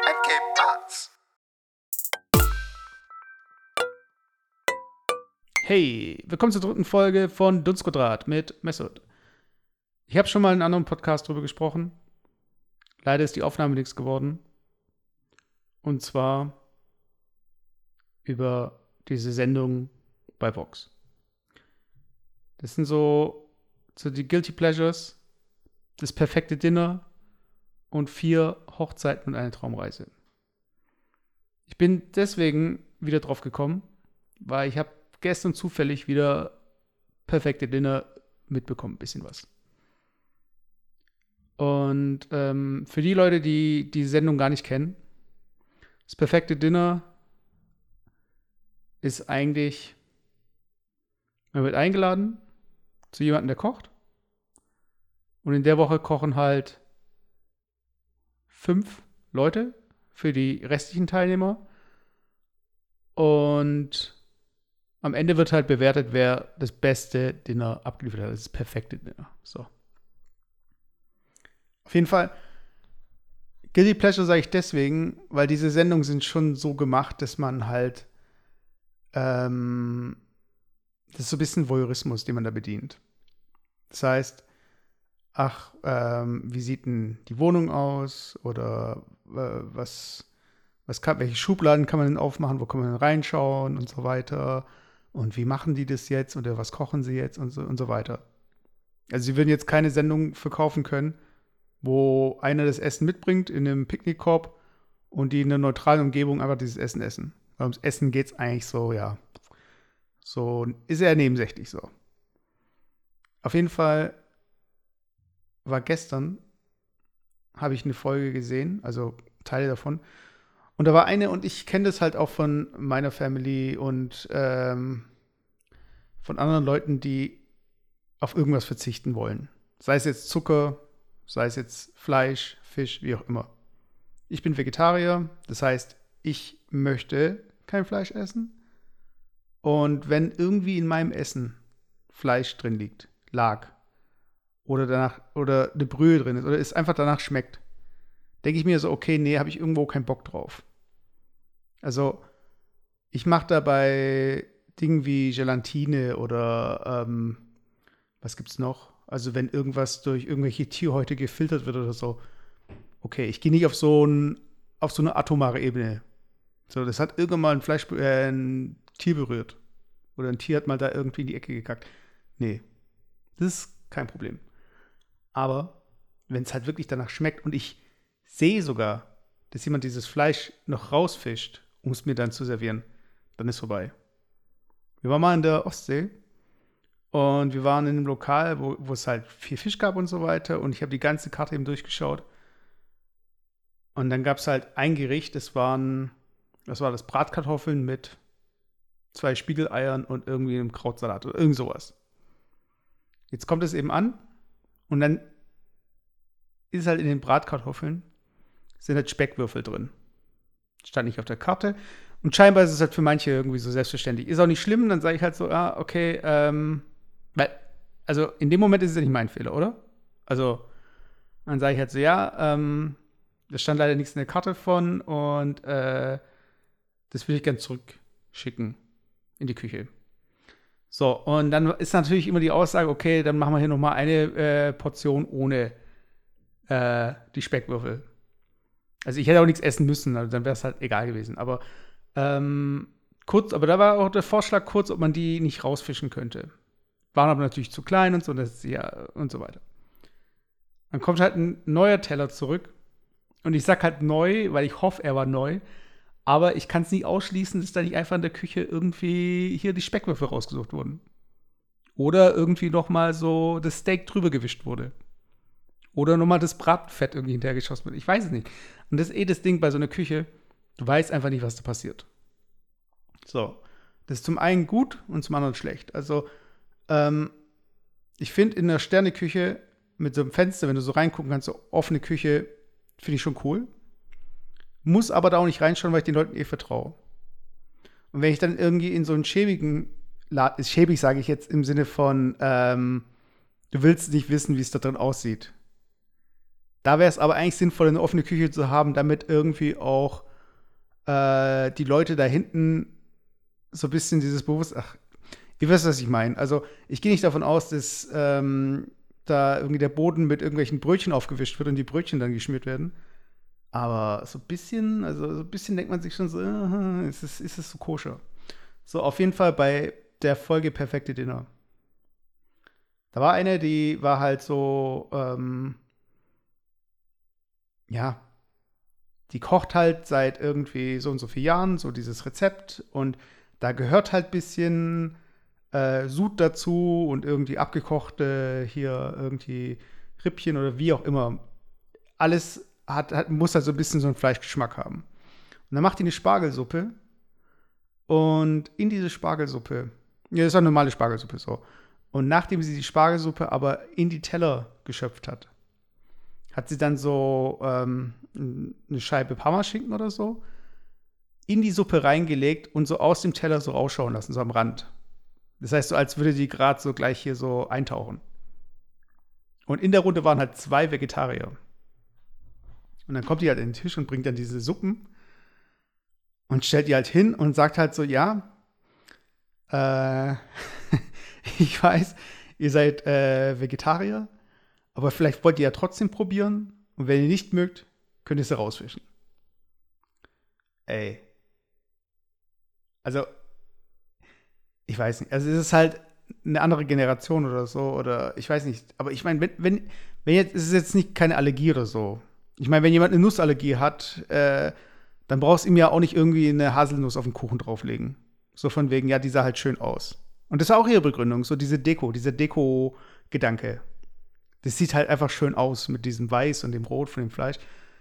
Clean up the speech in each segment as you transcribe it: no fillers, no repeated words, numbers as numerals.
¿Qué pasa? Hey, willkommen zur dritten Folge von Dunstquadrat mit Mesut. Ich habe schon mal in einem anderen Podcast drüber gesprochen. Leider ist die Aufnahme nichts geworden. Und zwar über diese Sendung bei Vox. Das sind so die Guilty Pleasures, das perfekte Dinner und 4 Hochzeiten und eine Traumreise. Ich bin deswegen wieder drauf gekommen, weil ich habe gestern zufällig wieder perfekte Dinner mitbekommen, ein bisschen was. Und für die Leute, die die Sendung gar nicht kennen, das perfekte Dinner ist eigentlich, man wird eingeladen zu jemandem, der kocht. Und in der Woche kochen halt 5 Leute für die restlichen Teilnehmer. Und am Ende wird halt bewertet, wer das beste Dinner abgeliefert hat. Das perfekte Dinner. So. Auf jeden Fall, Guilty Pleasure sage ich deswegen, weil diese Sendungen sind schon so gemacht, dass man halt das ist so ein bisschen Voyeurismus, den man da bedient. Das heißt, wie sieht denn die Wohnung aus? Oder welche Schubladen kann man denn aufmachen? Wo kann man denn reinschauen und so weiter? Und wie machen die das jetzt? Oder was kochen sie jetzt? Und so weiter. Also sie würden jetzt keine Sendung verkaufen können, wo einer das Essen mitbringt in einem Picknickkorb und die in einer neutralen Umgebung einfach dieses Essen essen. Weil ums Essen geht es eigentlich so, ja. So ist eher nebensächlich so. Auf jeden Fall war gestern, habe ich eine Folge gesehen, also Teile davon. Und da war eine, und ich kenne das halt auch von meiner Family und von anderen Leuten, die auf irgendwas verzichten wollen. Sei es jetzt Zucker, sei es jetzt Fleisch, Fisch, wie auch immer. Ich bin Vegetarier, das heißt, ich möchte kein Fleisch essen. Und wenn irgendwie in meinem Essen Fleisch drin lag, oder eine Brühe drin ist, oder es einfach danach schmeckt, denke ich mir so, okay, nee, habe ich irgendwo keinen Bock drauf. Also, ich mache da bei Dingen wie Gelatine oder was gibt's noch? Also, wenn irgendwas durch irgendwelche Tierhäute gefiltert wird oder so, okay, ich gehe nicht auf so eine atomare Ebene. So, das hat irgendwann mal ein Tier berührt. Oder ein Tier hat mal da irgendwie in die Ecke gekackt. Nee, das ist kein Problem. Aber wenn es halt wirklich danach schmeckt und ich sehe sogar, dass jemand dieses Fleisch noch rausfischt, um es mir dann zu servieren, dann ist vorbei. Wir waren mal in der Ostsee und wir waren in einem Lokal, wo es halt viel Fisch gab und so weiter, und ich habe die ganze Karte eben durchgeschaut. Und dann gab es halt ein Gericht, das war das Bratkartoffeln mit 2 Spiegeleiern und irgendwie einem Krautsalat oder irgend sowas. Jetzt kommt es eben an und dann ist halt in den Bratkartoffeln sind halt Speckwürfel drin. Stand nicht auf der Karte. Und scheinbar ist es halt für manche irgendwie so selbstverständlich. Ist auch nicht schlimm, dann sage ich halt so, okay, also in dem Moment ist es ja nicht mein Fehler, oder? Also, dann sage ich halt so, ja, da stand leider nichts in der Karte von und das würde ich gern zurückschicken in die Küche. So, und dann ist natürlich immer die Aussage, okay, dann machen wir hier nochmal eine Portion ohne die Speckwürfel. Also ich hätte auch nichts essen müssen, also dann wäre es halt egal gewesen. Aber aber da war auch der Vorschlag kurz, ob man die nicht rausfischen könnte. Waren aber natürlich zu klein und so, und so weiter. Dann kommt halt ein neuer Teller zurück. Und ich sag halt neu, weil ich hoffe, er war neu. Aber ich kann es nicht ausschließen, dass da nicht einfach in der Küche irgendwie hier die Speckwürfel rausgesucht wurden. Oder irgendwie noch mal so das Steak drüber gewischt wurde. Oder noch mal das Bratfett irgendwie hinterhergeschossen wird. Ich weiß es nicht. Und das ist das Ding bei so einer Küche. Du weißt einfach nicht, was da passiert. So. Das ist zum einen gut und zum anderen schlecht. Also, ich finde in der Sterneküche mit so einem Fenster, wenn du so reingucken kannst, so offene Küche, finde ich schon cool. Muss aber da auch nicht reinschauen, weil ich den Leuten vertraue. Und wenn ich dann irgendwie in so einen schäbigen Laden, schäbig sage ich jetzt im Sinne von, du willst nicht wissen, wie es da drin aussieht, Da wäre es aber eigentlich sinnvoll, eine offene Küche zu haben, damit irgendwie auch die Leute da hinten so ein bisschen dieses Bewusstsein, ach, ihr wisst, was ich meine. Also, ich gehe nicht davon aus, dass da irgendwie der Boden mit irgendwelchen Brötchen aufgewischt wird und die Brötchen dann geschmiert werden. Aber so ein bisschen, also so ein bisschen denkt man sich schon so, ist es so koscher? So, auf jeden Fall bei der Folge Perfekte Dinner. Da war eine, die war halt so, ja, die kocht halt seit irgendwie so und so vielen Jahren, so dieses Rezept. Und da gehört halt ein bisschen Sud dazu und irgendwie abgekochte hier irgendwie Rippchen oder wie auch immer. Alles muss halt so ein bisschen so einen Fleischgeschmack haben. Und dann macht die eine Spargelsuppe und in diese Spargelsuppe, ja, das ist eine normale Spargelsuppe so. Und nachdem sie die Spargelsuppe aber in die Teller geschöpft hat, hat sie dann so eine Scheibe Parmaschinken oder so in die Suppe reingelegt und so aus dem Teller so rausschauen lassen, so am Rand. Das heißt, so als würde die gerade so gleich hier so eintauchen. Und in der Runde waren halt 2 Vegetarier. Und dann kommt die halt an den Tisch und bringt dann diese Suppen und stellt die halt hin und sagt halt so, ja, äh, ich weiß, ihr seid Vegetarier, aber vielleicht wollt ihr ja trotzdem probieren. Und wenn ihr nicht mögt, könnt ihr sie rausfischen. Ey. Also, ich weiß nicht. Also, es ist halt eine andere Generation oder so. Oder ich weiß nicht. Aber ich meine, wenn jetzt, es ist jetzt nicht keine Allergie oder so. Ich meine, wenn jemand eine Nussallergie hat, dann brauchst du ihm ja auch nicht irgendwie eine Haselnuss auf den Kuchen drauflegen. So von wegen, ja, die sah halt schön aus. Und das war auch ihre Begründung, so dieser Deko-Gedanke. Das sieht halt einfach schön aus mit diesem Weiß und dem Rot von dem Fleisch.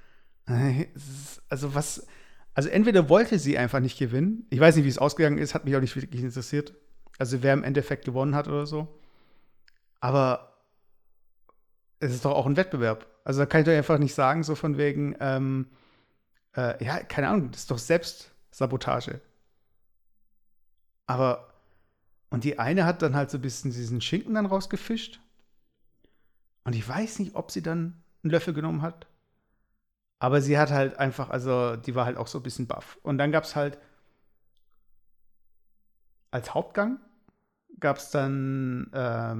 Also was, also entweder wollte sie einfach nicht gewinnen. Ich weiß nicht, wie es ausgegangen ist, hat mich auch nicht wirklich interessiert. Also wer im Endeffekt gewonnen hat oder so. Aber es ist doch auch ein Wettbewerb. Also da kann ich doch einfach nicht sagen, so von wegen, ja, keine Ahnung, das ist doch Selbstsabotage. Aber, und die eine hat dann halt so ein bisschen diesen Schinken dann rausgefischt. Und ich weiß nicht, ob sie dann einen Löffel genommen hat. Aber sie hat halt einfach, also die war halt auch so ein bisschen baff. Und dann gab es halt als Hauptgang gab es dann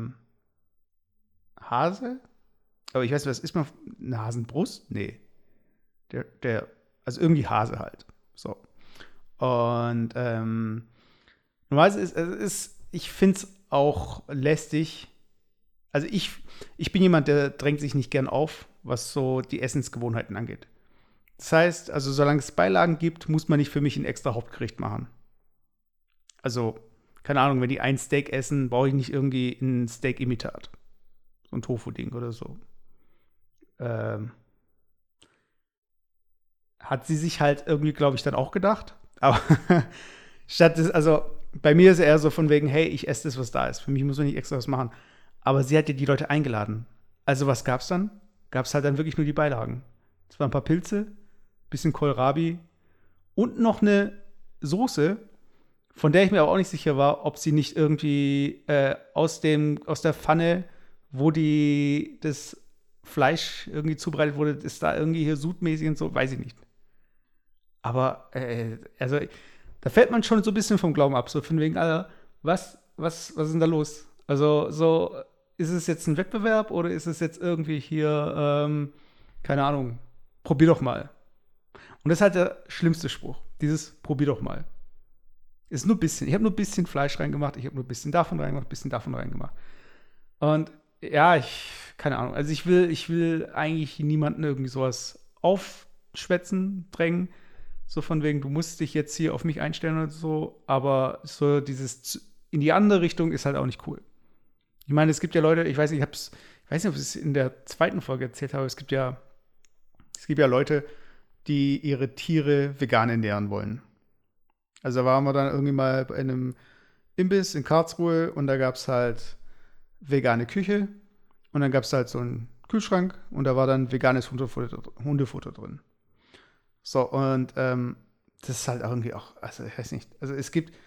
Hase. Aber ich weiß nicht, was ist man? Eine Hasenbrust? Nee. Also irgendwie Hase halt. So. Und normalerweise ich finde es auch lästig. Also ich bin jemand, der drängt sich nicht gern auf, was so die Essensgewohnheiten angeht. Das heißt, also solange es Beilagen gibt, muss man nicht für mich ein extra Hauptgericht machen. Also, keine Ahnung, wenn die ein Steak essen, brauche ich nicht irgendwie ein Steak-Imitat. So ein Tofu-Ding oder so. Ähm, hat sie sich halt irgendwie, glaube ich, dann auch gedacht. Aber also bei mir ist es eher so von wegen, hey, ich esse das, was da ist. Für mich muss man nicht extra was machen. Aber sie hat ja die Leute eingeladen. Also was gab's dann? Gab's halt dann wirklich nur die Beilagen. Es waren ein paar Pilze, bisschen Kohlrabi und noch eine Soße, von der ich mir aber auch nicht sicher war, ob sie nicht irgendwie aus der Pfanne, wo das Fleisch irgendwie zubereitet wurde, ist da irgendwie hier sudmäßig und so, weiß ich nicht. Aber, also, da fällt man schon so ein bisschen vom Glauben ab, so von wegen, Alter, was ist denn da los? Also, so, ist es jetzt ein Wettbewerb oder ist es jetzt irgendwie hier, keine Ahnung, probier doch mal. Und das ist halt der schlimmste Spruch, dieses probier doch mal. Ist nur ein bisschen. Ich habe nur ein bisschen Fleisch reingemacht, ich habe nur ein bisschen davon reingemacht, ein bisschen davon reingemacht. Und ja, keine Ahnung. Also ich will eigentlich niemanden irgendwie sowas aufschwätzen, drängen. So von wegen, du musst dich jetzt hier auf mich einstellen oder so. Aber so in die andere Richtung ist halt auch nicht cool. Ich meine, es gibt ja Leute, ich weiß nicht, ich weiß nicht, ob ich es in der zweiten Folge erzählt habe, es gibt ja Leute, die ihre Tiere vegan ernähren wollen. Also da waren wir dann irgendwie mal bei einem Imbiss in Karlsruhe und da gab es halt vegane Küche und dann gab es halt so einen Kühlschrank und da war dann veganes Hundefutter drin. So, und das ist halt irgendwie auch, also ich weiß nicht, also es gibt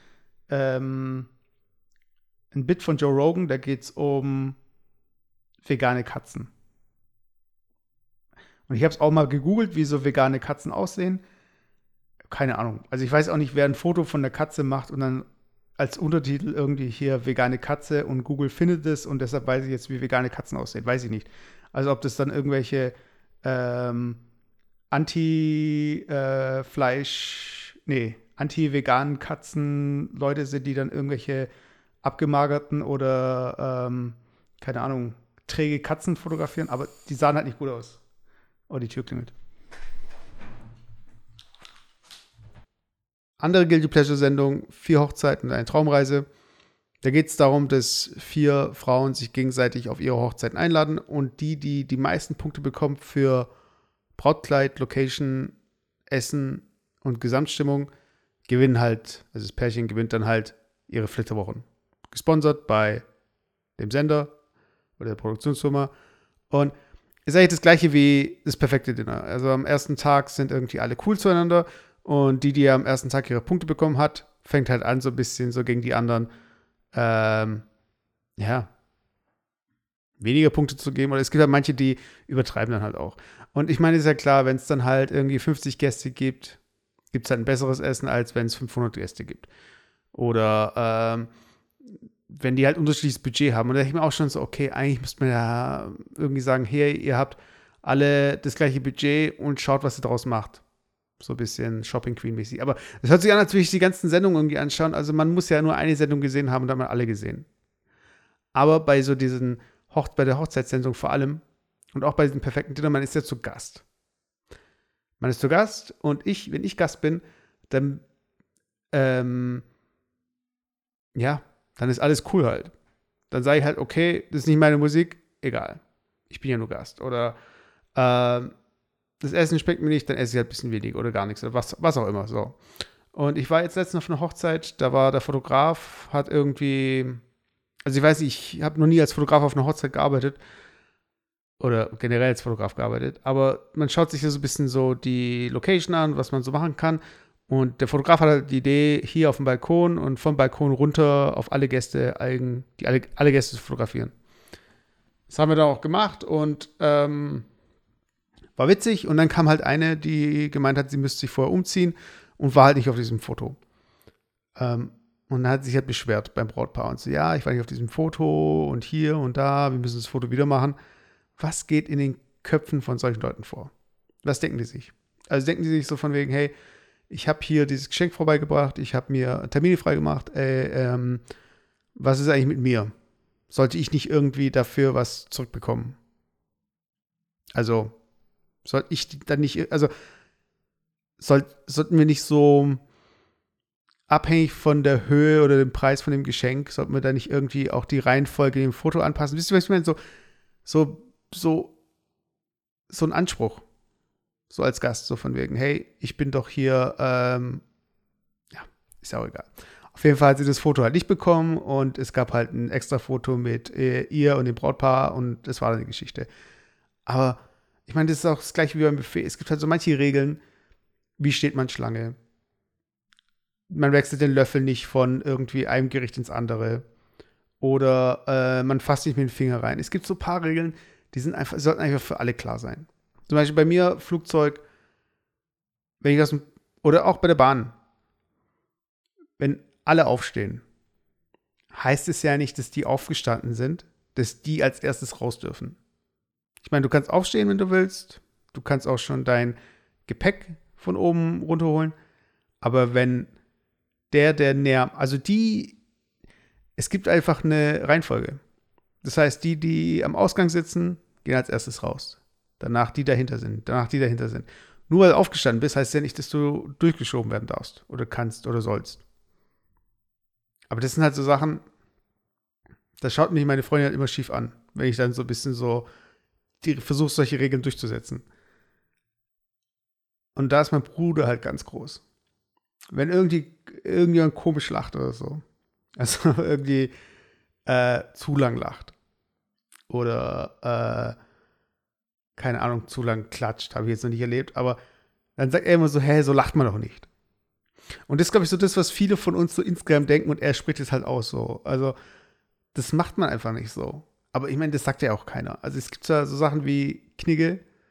ein Bit von Joe Rogan, da geht es um vegane Katzen. Und ich habe es auch mal gegoogelt, wie so vegane Katzen aussehen. Keine Ahnung. Also ich weiß auch nicht, wer ein Foto von der Katze macht und dann als Untertitel irgendwie hier vegane Katze und Google findet es und deshalb weiß ich jetzt, wie vegane Katzen aussehen. Weiß ich nicht. Also ob das dann irgendwelche anti-veganen Katzen-Leute sind, die dann irgendwelche abgemagerten oder, keine Ahnung, träge Katzen fotografieren, aber die sahen halt nicht gut aus. Oh, die Tür klingelt. Andere Guilty Pleasure-Sendung, 4 Hochzeiten und eine Traumreise. Da geht es darum, dass 4 Frauen sich gegenseitig auf ihre Hochzeiten einladen und die die meisten Punkte bekommt für Brautkleid, Location, Essen und Gesamtstimmung, gewinnen halt, also das Pärchen gewinnt dann halt ihre Flitterwochen. Gesponsert bei dem Sender oder der Produktionsfirma. Und ist eigentlich das gleiche wie das perfekte Dinner. Also am ersten Tag sind irgendwie alle cool zueinander und die am ersten Tag ihre Punkte bekommen hat, fängt halt an so ein bisschen so gegen die anderen ja, weniger Punkte zu geben. Oder es gibt halt manche, die übertreiben dann halt auch. Und ich meine, ist ja klar, wenn es dann halt irgendwie 50 Gäste gibt, gibt es halt ein besseres Essen, als wenn es 500 Gäste gibt. Oder wenn die halt unterschiedliches Budget haben. Und da denke ich mir auch schon so, okay, eigentlich müsste man ja irgendwie sagen, hey, ihr habt alle das gleiche Budget und schaut, was ihr daraus macht. So ein bisschen Shopping Queen-mäßig. Aber das hört sich an, als würde ich die ganzen Sendungen irgendwie anschauen. Also man muss ja nur eine Sendung gesehen haben und dann haben wir alle gesehen. Aber bei so diesen bei der Hochzeitssendung vor allem und auch bei diesem perfekten Dinner, man ist ja zu Gast. Man ist zu Gast und wenn ich Gast bin, dann ja, dann ist alles cool halt. Dann sage ich halt, okay, das ist nicht meine Musik, egal. Ich bin ja nur Gast. Oder das Essen schmeckt mir nicht, dann esse ich halt ein bisschen wenig oder gar nichts oder was auch immer. So. Und ich war jetzt letztens auf einer Hochzeit, da war der Fotograf, hat irgendwie, also ich weiß nicht, ich habe noch nie als Fotograf auf einer Hochzeit gearbeitet oder generell als Fotograf gearbeitet, aber man schaut sich ja so ein bisschen so die Location an, was man so machen kann. Und der Fotograf hat halt die Idee, hier auf dem Balkon und vom Balkon runter auf alle Gäste, alle Gäste zu fotografieren. Das haben wir dann auch gemacht und war witzig. Und dann kam halt eine, die gemeint hat, sie müsste sich vorher umziehen und war halt nicht auf diesem Foto. Und dann hat sie sich halt beschwert beim Brautpaar und so, ja, ich war nicht auf diesem Foto und hier und da, wir müssen das Foto wieder machen. Was geht in den Köpfen von solchen Leuten vor? Was denken die sich? Also denken die sich so von wegen, hey, ich habe hier dieses Geschenk vorbeigebracht, ich habe mir Termine freigemacht, was ist eigentlich mit mir? Sollte ich nicht irgendwie dafür was zurückbekommen? Also, soll ich dann nicht, also, sollten wir nicht so abhängig von der Höhe oder dem Preis von dem Geschenk, sollten wir da nicht irgendwie auch die Reihenfolge in dem Foto anpassen? Wisst ihr, was ich meine? So ein Anspruch. So als Gast, so von wegen, hey, ich bin doch hier, ja, ist ja auch egal. Auf jeden Fall hat sie das Foto halt nicht bekommen und es gab halt ein extra Foto mit ihr und dem Brautpaar und das war dann die Geschichte. Aber ich meine, das ist auch das gleiche wie beim Buffet. Es gibt halt so manche Regeln, wie steht man Schlange? Man wechselt den Löffel nicht von irgendwie einem Gericht ins andere. Oder man fasst nicht mit dem Finger rein. Es gibt so ein paar Regeln, die sollten einfach für alle klar sein. Zum Beispiel bei mir, Flugzeug, wenn ich oder auch bei der Bahn. Wenn alle aufstehen, heißt es ja nicht, dass die aufgestanden sind, dass die als erstes raus dürfen. Ich meine, du kannst aufstehen, wenn du willst. Du kannst auch schon dein Gepäck von oben runterholen. Aber wenn der näher, also es gibt einfach eine Reihenfolge. Das heißt, die am Ausgang sitzen, gehen als erstes raus. Danach die dahinter sind. Nur weil du aufgestanden bist, heißt ja nicht, dass du durchgeschoben werden darfst oder kannst oder sollst. Aber das sind halt so Sachen, da schaut mich meine Freundin halt immer schief an, wenn ich dann so ein bisschen so versuche, solche Regeln durchzusetzen. Und da ist mein Bruder halt ganz groß. Wenn irgendjemand komisch lacht oder so, also irgendwie zu lang lacht oder keine Ahnung, zu lang klatscht, habe ich jetzt noch nicht erlebt, aber dann sagt er immer so, hey, so lacht man doch nicht. Und das ist, glaube ich, so das, was viele von uns so insgesamt denken und er spricht es halt aus so. Also, das macht man einfach nicht so. Aber ich meine, das sagt ja auch keiner. Also, es gibt ja so Sachen wie Knigge,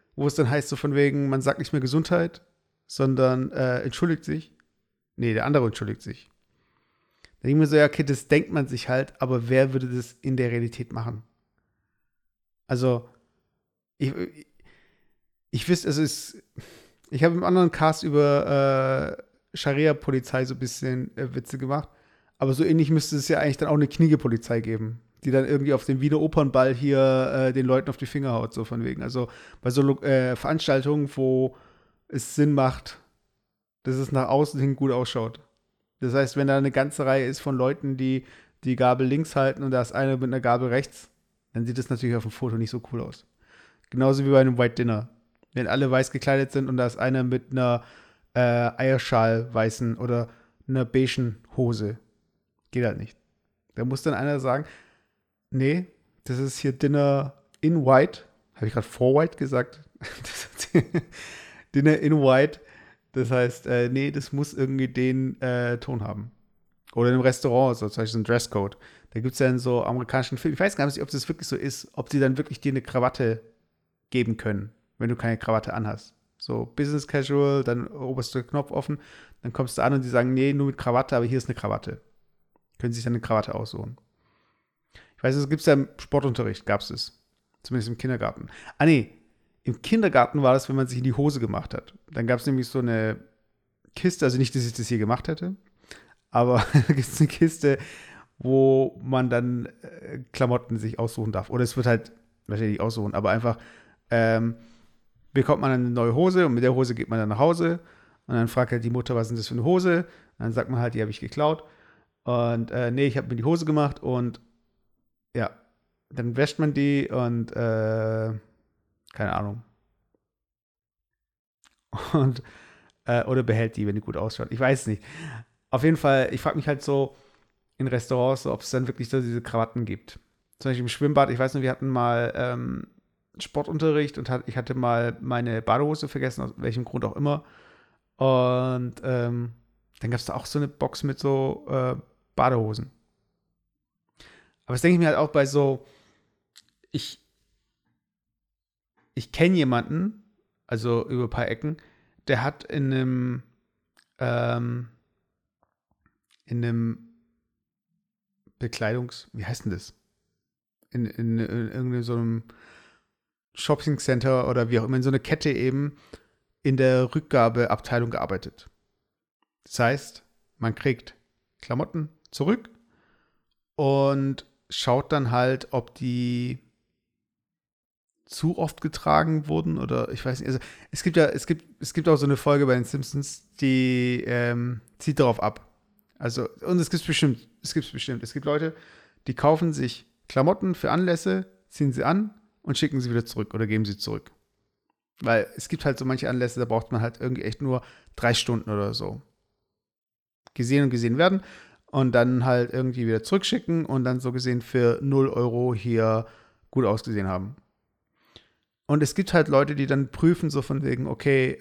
wo es dann heißt, so von wegen, man sagt nicht mehr Gesundheit, sondern entschuldigt sich. Nee, der andere entschuldigt sich. Da denke ich mir so, ja, okay, das denkt man sich halt, aber wer würde das in der Realität machen? Also, ich, ich wüsste, ich habe im anderen Cast über Scharia-Polizei so ein bisschen Witze gemacht, aber so ähnlich müsste es ja eigentlich dann auch eine Kniegepolizei geben, die dann irgendwie auf dem Wiener Opernball hier den Leuten auf die Finger haut, so von wegen. Also bei so Veranstaltungen, wo es Sinn macht, dass es nach außen hin gut ausschaut. Das heißt, wenn da eine ganze Reihe ist von Leuten, die die Gabel links halten und da ist einer mit einer Gabel rechts, dann sieht das natürlich auf dem Foto nicht so cool aus. Genauso wie bei einem White Dinner. Wenn alle weiß gekleidet sind und da ist einer mit einer Eierschal weißen oder einer beigen Hose. Geht halt nicht. Da muss dann einer sagen, nee, das ist hier Dinner in White. Habe ich gerade for White gesagt? Dinner in White. Das heißt, nee, das muss irgendwie den Ton haben. Oder im Restaurant, so zum Beispiel so ein Dresscode. Da gibt es ja in so amerikanischen Filmen, ich weiß gar nicht, ob das wirklich so ist, ob sie dann wirklich dir eine Krawatte geben können, wenn du keine Krawatte anhast. So Business Casual, dann oberster Knopf offen, dann kommst du an und die sagen, nee, nur mit Krawatte, aber hier ist eine Krawatte. Können sich dann eine Krawatte aussuchen. Ich weiß, es gibt ja im Sportunterricht, gab es es. Zumindest im Kindergarten. Ah, nee, im Kindergarten war das, wenn man sich in die Hose gemacht hat. Dann gab es nämlich so eine Kiste, also nicht, dass ich das hier gemacht hätte, aber da gibt es eine Kiste, wo man dann Klamotten sich aussuchen darf. Oder es wird halt wahrscheinlich nicht aussuchen, aber einfach bekommt man eine neue Hose und mit der Hose geht man dann nach Hause und dann fragt halt die Mutter, was ist das für eine Hose? Und dann sagt man halt, die habe ich geklaut. Und nee, ich habe mir die Hose gemacht und ja, dann wäscht man die und keine Ahnung. Und oder behält die, wenn die gut ausschaut. Ich weiß es nicht. Auf jeden Fall, ich frage mich halt so in Restaurants, so, ob es dann wirklich so diese Krawatten gibt. Zum Beispiel im Schwimmbad, ich weiß noch, wir hatten mal Sportunterricht und ich hatte mal meine Badehose vergessen, aus welchem Grund auch immer. Und dann gab es da auch so eine Box mit so Badehosen. Aber das denke ich mir halt auch bei so, ich, ich kenne jemanden, also über ein paar Ecken, der hat ähm, in einem wie heißt denn das? In irgendeinem so einem Shopping Center oder wie auch immer, in so einer Kette eben in der Rückgabeabteilung gearbeitet. Das heißt, man kriegt Klamotten zurück und schaut dann halt, ob die zu oft getragen wurden oder ich weiß nicht. Also es gibt auch so eine Folge bei den Simpsons, die zieht darauf ab. Also, und es gibt bestimmt. Es gibt Leute, die kaufen sich Klamotten für Anlässe, ziehen sie an und schicken sie wieder zurück oder geben sie zurück. Weil es gibt halt so manche Anlässe, da braucht man halt irgendwie echt nur 3 Stunden oder so. Gesehen und gesehen werden und dann halt irgendwie wieder zurückschicken und dann so gesehen für 0 € hier gut ausgesehen haben. Und es gibt halt Leute, die dann prüfen, so von wegen, okay,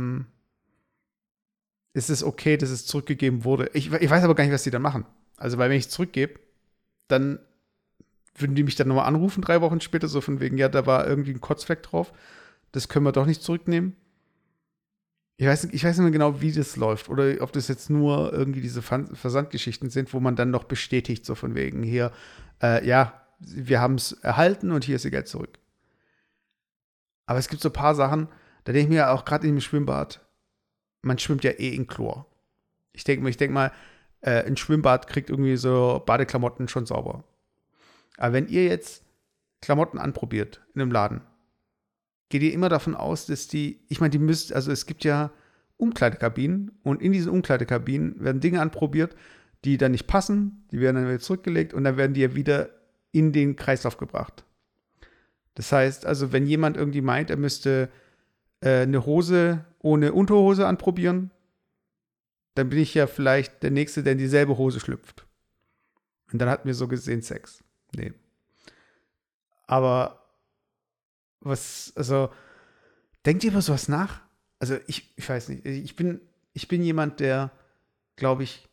ist es okay, dass es zurückgegeben wurde? Ich weiß aber gar nicht, was die dann machen. Also, weil wenn ich es zurückgebe, dann würden die mich dann nochmal anrufen, 3 Wochen später, so von wegen, ja, da war irgendwie ein Kotzfleck drauf. Das können wir doch nicht zurücknehmen. Ich weiß nicht mehr genau, wie das läuft. Oder ob das jetzt nur irgendwie diese Versandgeschichten sind, wo man dann noch bestätigt, so von wegen, hier, ja, wir haben es erhalten und hier ist ihr Geld zurück. Aber es gibt so ein paar Sachen, da denke ich mir auch gerade in dem Schwimmbad, man schwimmt ja eh in Chlor. Ich denke mal, ein Schwimmbad kriegt irgendwie so Badeklamotten schon sauber. Aber wenn ihr jetzt Klamotten anprobiert in einem Laden, geht ihr immer davon aus, dass also es gibt ja Umkleidekabinen und in diesen Umkleidekabinen werden Dinge anprobiert, die dann nicht passen, die werden dann wieder zurückgelegt und dann werden die ja wieder in den Kreislauf gebracht. Das heißt, also wenn jemand irgendwie meint, er müsste eine Hose ohne Unterhose anprobieren, dann bin ich ja vielleicht der Nächste, der in dieselbe Hose schlüpft. Und dann hatten wir so gesehen Sex. Nee. Aber also, denkt ihr über sowas nach? Also, ich weiß nicht. Ich bin jemand, der, glaube ich,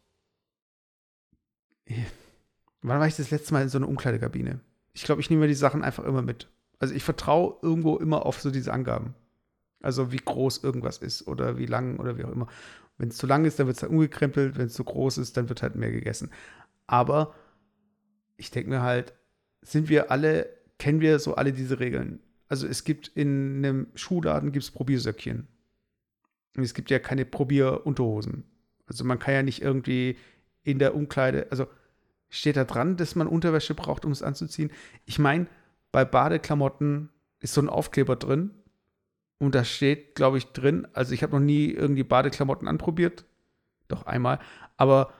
wann war ich das letzte Mal in so einer Umkleidekabine? Ich glaube, ich nehme mir die Sachen einfach immer mit. Also, ich vertraue irgendwo immer auf so diese Angaben. Also wie groß irgendwas ist oder wie lang oder wie auch immer. Wenn es zu lang ist, dann wird es halt umgekrempelt. Wenn es zu groß ist, dann wird halt mehr gegessen. Aber ich denke mir halt, kennen wir so alle diese Regeln? Also es gibt in einem Schuhladen gibt's Probiersöckchen. Und es gibt ja keine Probierunterhosen. Also man kann ja nicht irgendwie in der Umkleide, also steht da dran, dass man Unterwäsche braucht, um es anzuziehen. Ich meine, bei Badeklamotten ist so ein Aufkleber drin und da steht, glaube ich, drin, also ich habe noch nie irgendwie Badeklamotten anprobiert, doch einmal, aber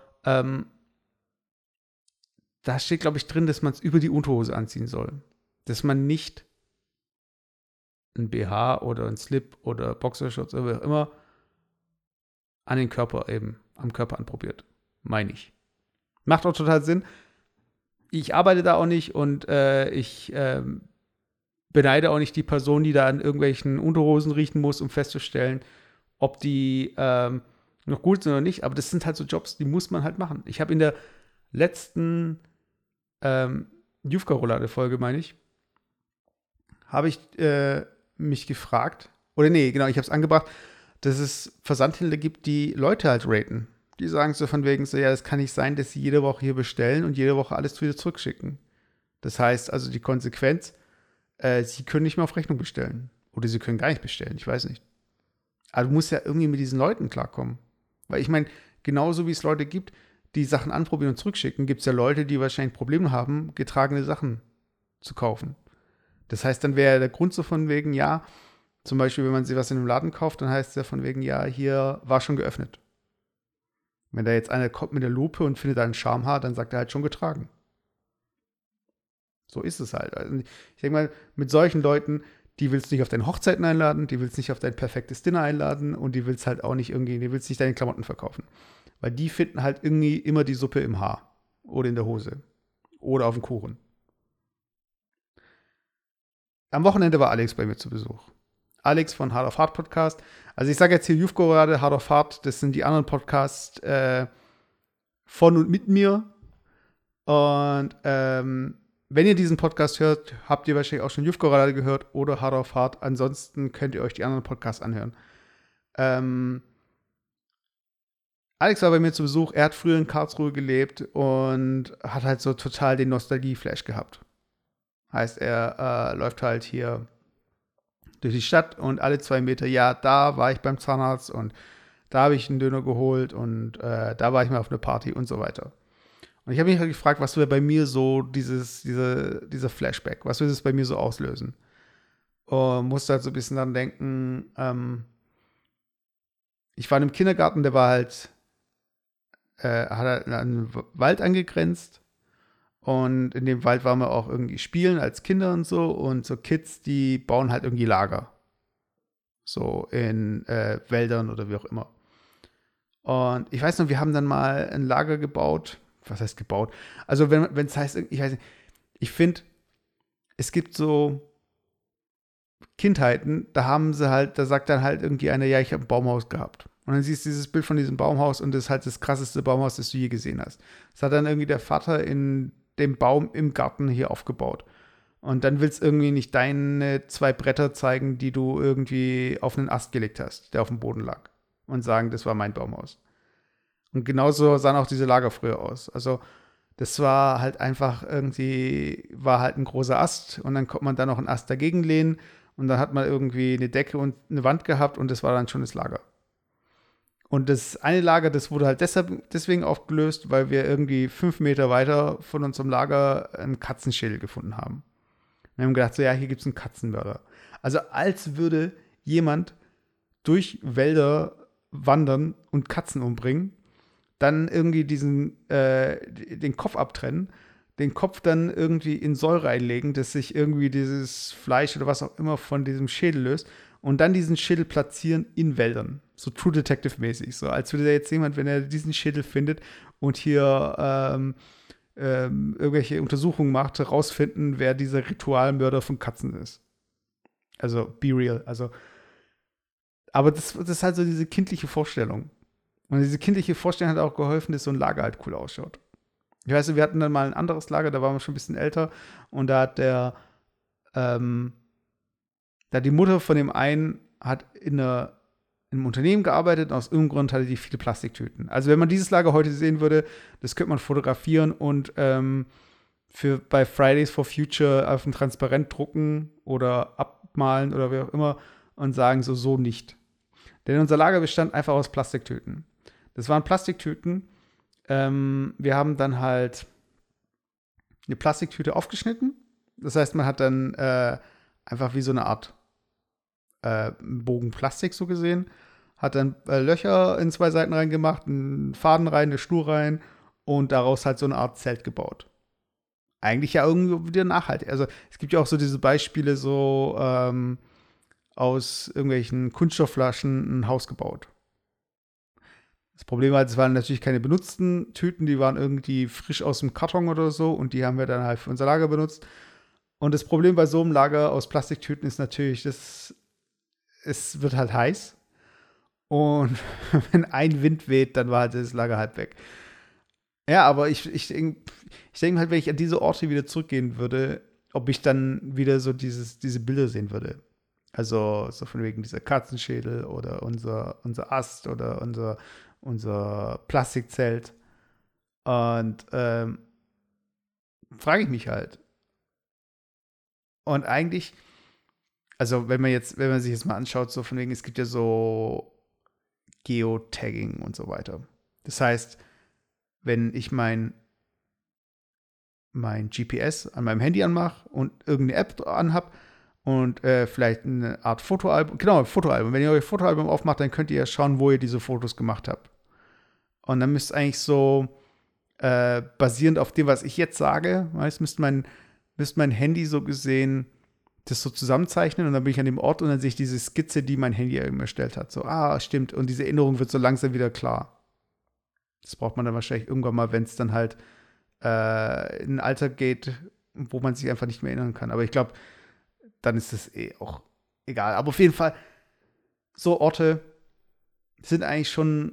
da steht, glaube ich, drin, dass man es über die Unterhose anziehen soll. Dass man nicht ein BH oder ein Slip oder Boxershorts oder wie auch immer an den Körper eben, am Körper anprobiert. Meine ich. Macht auch total Sinn. Ich arbeite da auch nicht und ich beneide auch nicht die Person, die da an irgendwelchen Unterhosen riechen muss, um festzustellen, ob die noch gut sind oder nicht. Aber das sind halt so Jobs, die muss man halt machen. Ich habe in der letzten Jufka-Roulade-Folge, meine ich, habe ich mich gefragt, oder nee, genau, ich habe es angebracht, dass es Versandhändler gibt, die Leute halt raten. Die sagen so von wegen so, ja, das kann nicht sein, dass sie jede Woche hier bestellen und jede Woche alles wieder zurückschicken. Das heißt also die Konsequenz, sie können nicht mehr auf Rechnung bestellen. Oder sie können gar nicht bestellen, ich weiß nicht. Aber du musst ja irgendwie mit diesen Leuten klarkommen. Weil ich meine, genauso wie es Leute gibt, die Sachen anprobieren und zurückschicken, gibt es ja Leute, die wahrscheinlich Probleme haben, getragene Sachen zu kaufen. Das heißt, dann wäre der Grund so von wegen, ja, zum Beispiel, wenn man sich was in einem Laden kauft, dann heißt es ja von wegen, ja, hier war schon geöffnet. Wenn da jetzt einer kommt mit der Lupe und findet da ein Schamhaar, dann sagt er halt schon getragen. So ist es halt. Also ich denke mal, mit solchen Leuten, die willst du nicht auf deine Hochzeiten einladen, die willst du nicht auf dein perfektes Dinner einladen und die willst halt auch nicht irgendwie, die willst nicht deine Klamotten verkaufen. Weil die finden halt irgendwie immer die Suppe im Haar oder in der Hose oder auf dem Kuchen. Am Wochenende war Alex bei mir zu Besuch. Alex von Hard of Hard Podcast. Also ich sage jetzt hier Jufko gerade, Hard of Hard, das sind die anderen Podcasts von und mit mir. Und wenn ihr diesen Podcast hört, habt ihr wahrscheinlich auch schon Jufko gerade gehört oder Hard of Hard. Ansonsten könnt ihr euch die anderen Podcasts anhören. Alex war bei mir zu Besuch. Er hat früher in Karlsruhe gelebt und hat halt so total den Nostalgie-Flash gehabt. Heißt, er läuft halt hier durch die Stadt und alle 2 Meter, ja, da war ich beim Zahnarzt und da habe ich einen Döner geholt und da war ich mal auf einer Party und so weiter. Und ich habe mich halt gefragt, was wäre bei mir so dieser Flashback, was würde es bei mir so auslösen? Und musste halt so ein bisschen dran denken, ich war in einem Kindergarten, der war halt, hat halt an einen Wald angegrenzt. Und in dem Wald waren wir auch irgendwie spielen als Kinder und so. Und so Kids, die bauen halt irgendwie Lager. So in Wäldern oder wie auch immer. Und ich weiß noch, wir haben dann mal ein Lager gebaut. Was heißt gebaut? Also wenn es heißt, ich weiß nicht, ich finde, es gibt so Kindheiten, da sagt dann halt irgendwie einer, ja, ich habe ein Baumhaus gehabt. Und dann siehst du dieses Bild von diesem Baumhaus und das ist halt das krasseste Baumhaus, das du je gesehen hast. Das hat dann irgendwie der Vater in dem Baum im Garten hier aufgebaut. Und dann willst du irgendwie nicht deine 2 Bretter zeigen, die du irgendwie auf einen Ast gelegt hast, der auf dem Boden lag. Und sagen, das war mein Baumhaus. Und genauso sahen auch diese Lager früher aus. Also das war halt einfach irgendwie, war halt ein großer Ast und dann konnte man da noch einen Ast dagegen lehnen und dann hat man irgendwie eine Decke und eine Wand gehabt und das war dann schon das Lager. Und das eine Lager, das wurde halt deswegen aufgelöst, weil wir irgendwie 5 Meter weiter von unserem Lager einen Katzenschädel gefunden haben. Wir haben gedacht, so ja, hier gibt es einen Katzenmörder. Also als würde jemand durch Wälder wandern und Katzen umbringen, dann irgendwie den Kopf abtrennen, den Kopf dann irgendwie in Säure einlegen, dass sich irgendwie dieses Fleisch oder was auch immer von diesem Schädel löst und dann diesen Schädel platzieren in Wäldern. So True Detective-mäßig. So als würde da jetzt jemand, wenn er diesen Schädel findet und hier irgendwelche Untersuchungen macht, herausfinden, wer dieser Ritualmörder von Katzen ist. Also, be real. Also, aber das ist halt so diese kindliche Vorstellung. Und diese kindliche Vorstellung hat auch geholfen, dass so ein Lager halt cool ausschaut. Ich weiß, wir hatten dann mal ein anderes Lager, da waren wir schon ein bisschen älter und da hat da hat die Mutter von dem einen hat in einem Unternehmen gearbeitet und aus irgendeinem Grund hatte die viele Plastiktüten. Also wenn man dieses Lager heute sehen würde, das könnte man fotografieren und bei Fridays for Future auf ein Transparent drucken oder abmalen oder wie auch immer und sagen so nicht. Denn unser Lager bestand einfach aus Plastiktüten. Das waren Plastiktüten. Wir haben dann halt eine Plastiktüte aufgeschnitten. Das heißt, man hat dann einfach wie so eine Art Bogen Plastik so gesehen, hat dann Löcher in 2 Seiten reingemacht, einen Faden rein, eine Schnur rein und daraus halt so eine Art Zelt gebaut. Eigentlich ja irgendwie wieder nachhaltig. Also es gibt ja auch so diese Beispiele so aus irgendwelchen Kunststoffflaschen ein Haus gebaut. Das Problem war, es waren natürlich keine benutzten Tüten, die waren irgendwie frisch aus dem Karton oder so und die haben wir dann halt für unser Lager benutzt. Und das Problem bei so einem Lager aus Plastiktüten ist natürlich, es wird halt heiß. Und wenn ein Wind weht, dann war halt das Lager halb weg. Ja, aber ich denke halt, wenn ich an diese Orte wieder zurückgehen würde, ob ich dann wieder so diese Bilder sehen würde. Also so von wegen dieser Katzenschädel oder unser Ast oder unser Plastikzelt. Und frage ich mich halt. Und eigentlich, also wenn man sich jetzt mal anschaut, so von wegen, es gibt ja so Geotagging und so weiter. Das heißt, wenn ich mein GPS an meinem Handy anmache und irgendeine App anhab und vielleicht eine Art Fotoalbum, genau, Fotoalbum. Wenn ihr euer Fotoalbum aufmacht, dann könnt ihr ja schauen, wo ihr diese Fotos gemacht habt. Und dann müsst eigentlich so basierend auf dem, was ich jetzt sage, müsste mein Handy so gesehen das so zusammenzeichnen und dann bin ich an dem Ort und dann sehe ich diese Skizze, die mein Handy eben erstellt hat. So, stimmt. Und diese Erinnerung wird so langsam wieder klar. Das braucht man dann wahrscheinlich irgendwann mal, wenn es dann halt in ein Alter geht, wo man sich einfach nicht mehr erinnern kann. Aber ich glaube, dann ist das auch egal. Aber auf jeden Fall, so Orte sind eigentlich schon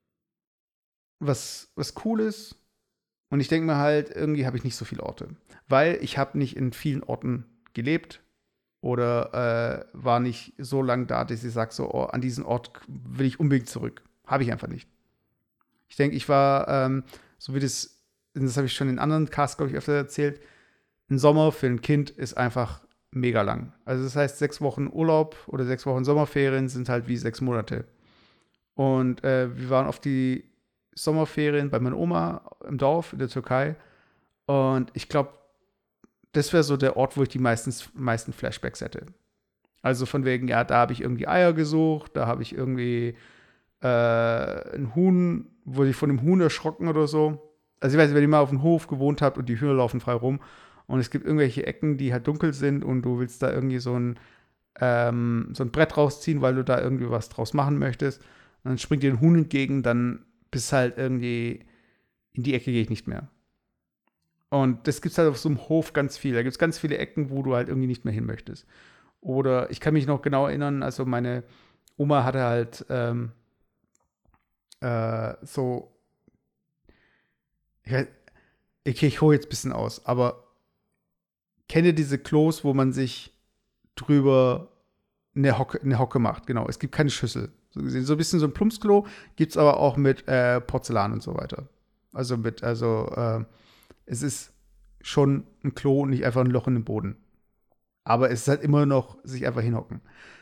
was Cooles. Und ich denke mir halt, irgendwie habe ich nicht so viele Orte. Weil ich habe nicht in vielen Orten gelebt oder war nicht so lange da, dass ich sage, so, an diesen Ort will ich unbedingt zurück. Habe ich einfach nicht. Ich denke, ich war, so wie das habe ich schon in anderen Casts, glaube ich, öfter erzählt, ein Sommer für ein Kind ist einfach mega lang. Also das heißt, 6 Wochen Urlaub oder 6 Wochen Sommerferien sind halt wie 6 Monate. Und wir waren auf die Sommerferien bei meiner Oma im Dorf in der Türkei. Und ich glaube, das wäre so der Ort, wo ich die meisten Flashbacks hätte. Also von wegen, ja, da habe ich irgendwie Eier gesucht, da habe ich irgendwie ein Huhn, wurde ich von dem Huhn erschrocken oder so. Also ich weiß nicht, wenn ihr mal auf dem Hof gewohnt habt und die Hühner laufen frei rum und es gibt irgendwelche Ecken, die halt dunkel sind und du willst da irgendwie so ein Brett rausziehen, weil du da irgendwie was draus machen möchtest. Und dann springt dir ein Huhn entgegen, dann bist halt irgendwie in die Ecke gehe ich nicht mehr. Und das gibt es halt auf so einem Hof ganz viel. Da gibt es ganz viele Ecken, wo du halt irgendwie nicht mehr hin möchtest. Oder ich kann mich noch genau erinnern, also meine Oma hatte halt so, ich hole jetzt ein bisschen aus, aber kennt ihr diese Klos, wo man sich drüber eine Hocke macht? Genau, es gibt keine Schüssel. So ein bisschen so ein Plumpsklo gibt es aber auch mit Porzellan und so weiter. Es ist schon ein Klo und nicht einfach ein Loch in den Boden. Aber es ist halt immer noch sich einfach hinhocken.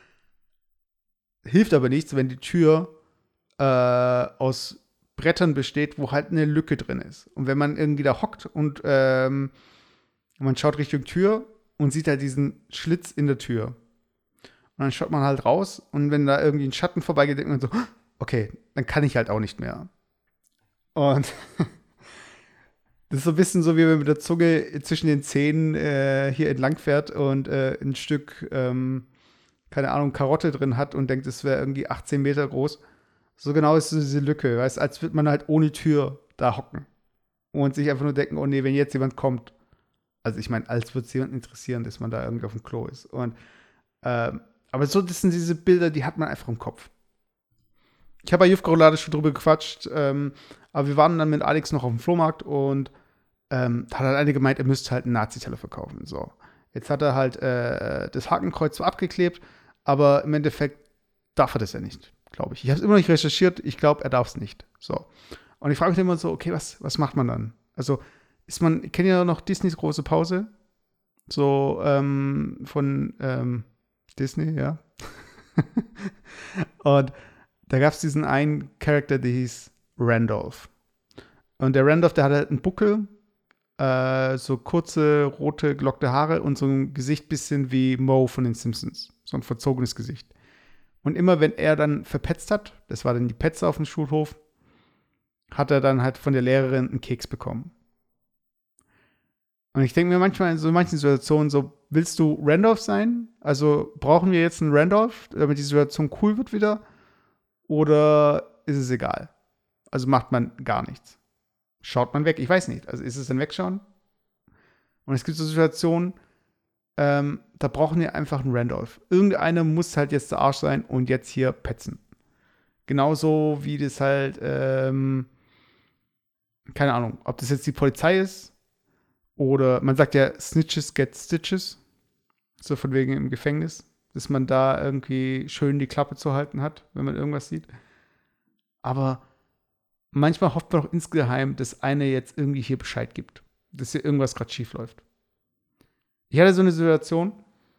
Hilft aber nichts, wenn die Tür aus Brettern besteht, wo halt eine Lücke drin ist. Und wenn man irgendwie da hockt und man schaut Richtung Tür und sieht halt diesen Schlitz in der Tür. Und dann schaut man halt raus und wenn da irgendwie ein Schatten vorbeigeht, denkt man so, okay, dann kann ich halt auch nicht mehr. Und das ist so ein bisschen so, wie wenn man mit der Zunge zwischen den Zähnen hier entlang fährt und ein Stück, keine Ahnung, Karotte drin hat und denkt, es wäre irgendwie 18 Meter groß. So genau ist diese Lücke, weißt, als würde man halt ohne Tür da hocken. Und sich einfach nur denken, oh nee, wenn jetzt jemand kommt. Also ich meine, als würde es jemand interessieren, dass man da irgendwie auf dem Klo ist. Und aber so, das sind diese Bilder, die hat man einfach im Kopf. Ich habe bei Jufka Roulade schon drüber gequatscht, aber wir waren dann mit Alex noch auf dem Flohmarkt und da hat halt einer gemeint, er müsste halt einen Nazi-Teller verkaufen. So. Jetzt hat er halt das Hakenkreuz so abgeklebt, aber im Endeffekt darf er das ja nicht, glaube ich. Ich habe es immer noch nicht recherchiert, ich glaube, er darf es nicht. So. Und ich frage mich immer so, okay, was macht man dann? Also, ich kenne ja noch Disneys große Pause, so von Disney, ja. Und da gab es diesen einen Charakter, der hieß Randolph. Und der Randolph, der hatte einen Buckel, so kurze, rote, gelockte Haare und so ein Gesicht bisschen wie Moe von den Simpsons. So ein verzogenes Gesicht. Und immer, wenn er dann verpetzt hat, das war dann die Petze auf dem Schulhof, hat er dann halt von der Lehrerin einen Keks bekommen. Und ich denke mir manchmal in so manchen Situationen so, willst du Randolph sein? Also brauchen wir jetzt einen Randolph, damit die Situation cool wird wieder? Oder ist es egal? Also macht man gar nichts. Schaut man weg? Ich weiß nicht. Also ist es ein Wegschauen? Und es gibt so Situationen, da brauchen wir einfach einen Randolph. Irgendeiner muss halt jetzt der Arsch sein und jetzt hier petzen. Genauso wie das halt, keine Ahnung, ob das jetzt die Polizei ist oder man sagt ja, Snitches get Stitches. So von wegen im Gefängnis, dass man da irgendwie schön die Klappe zu halten hat, wenn man irgendwas sieht. Aber manchmal hofft man auch insgeheim, dass einer jetzt irgendwie hier Bescheid gibt, dass hier irgendwas gerade schief läuft. Ich hatte so eine Situation,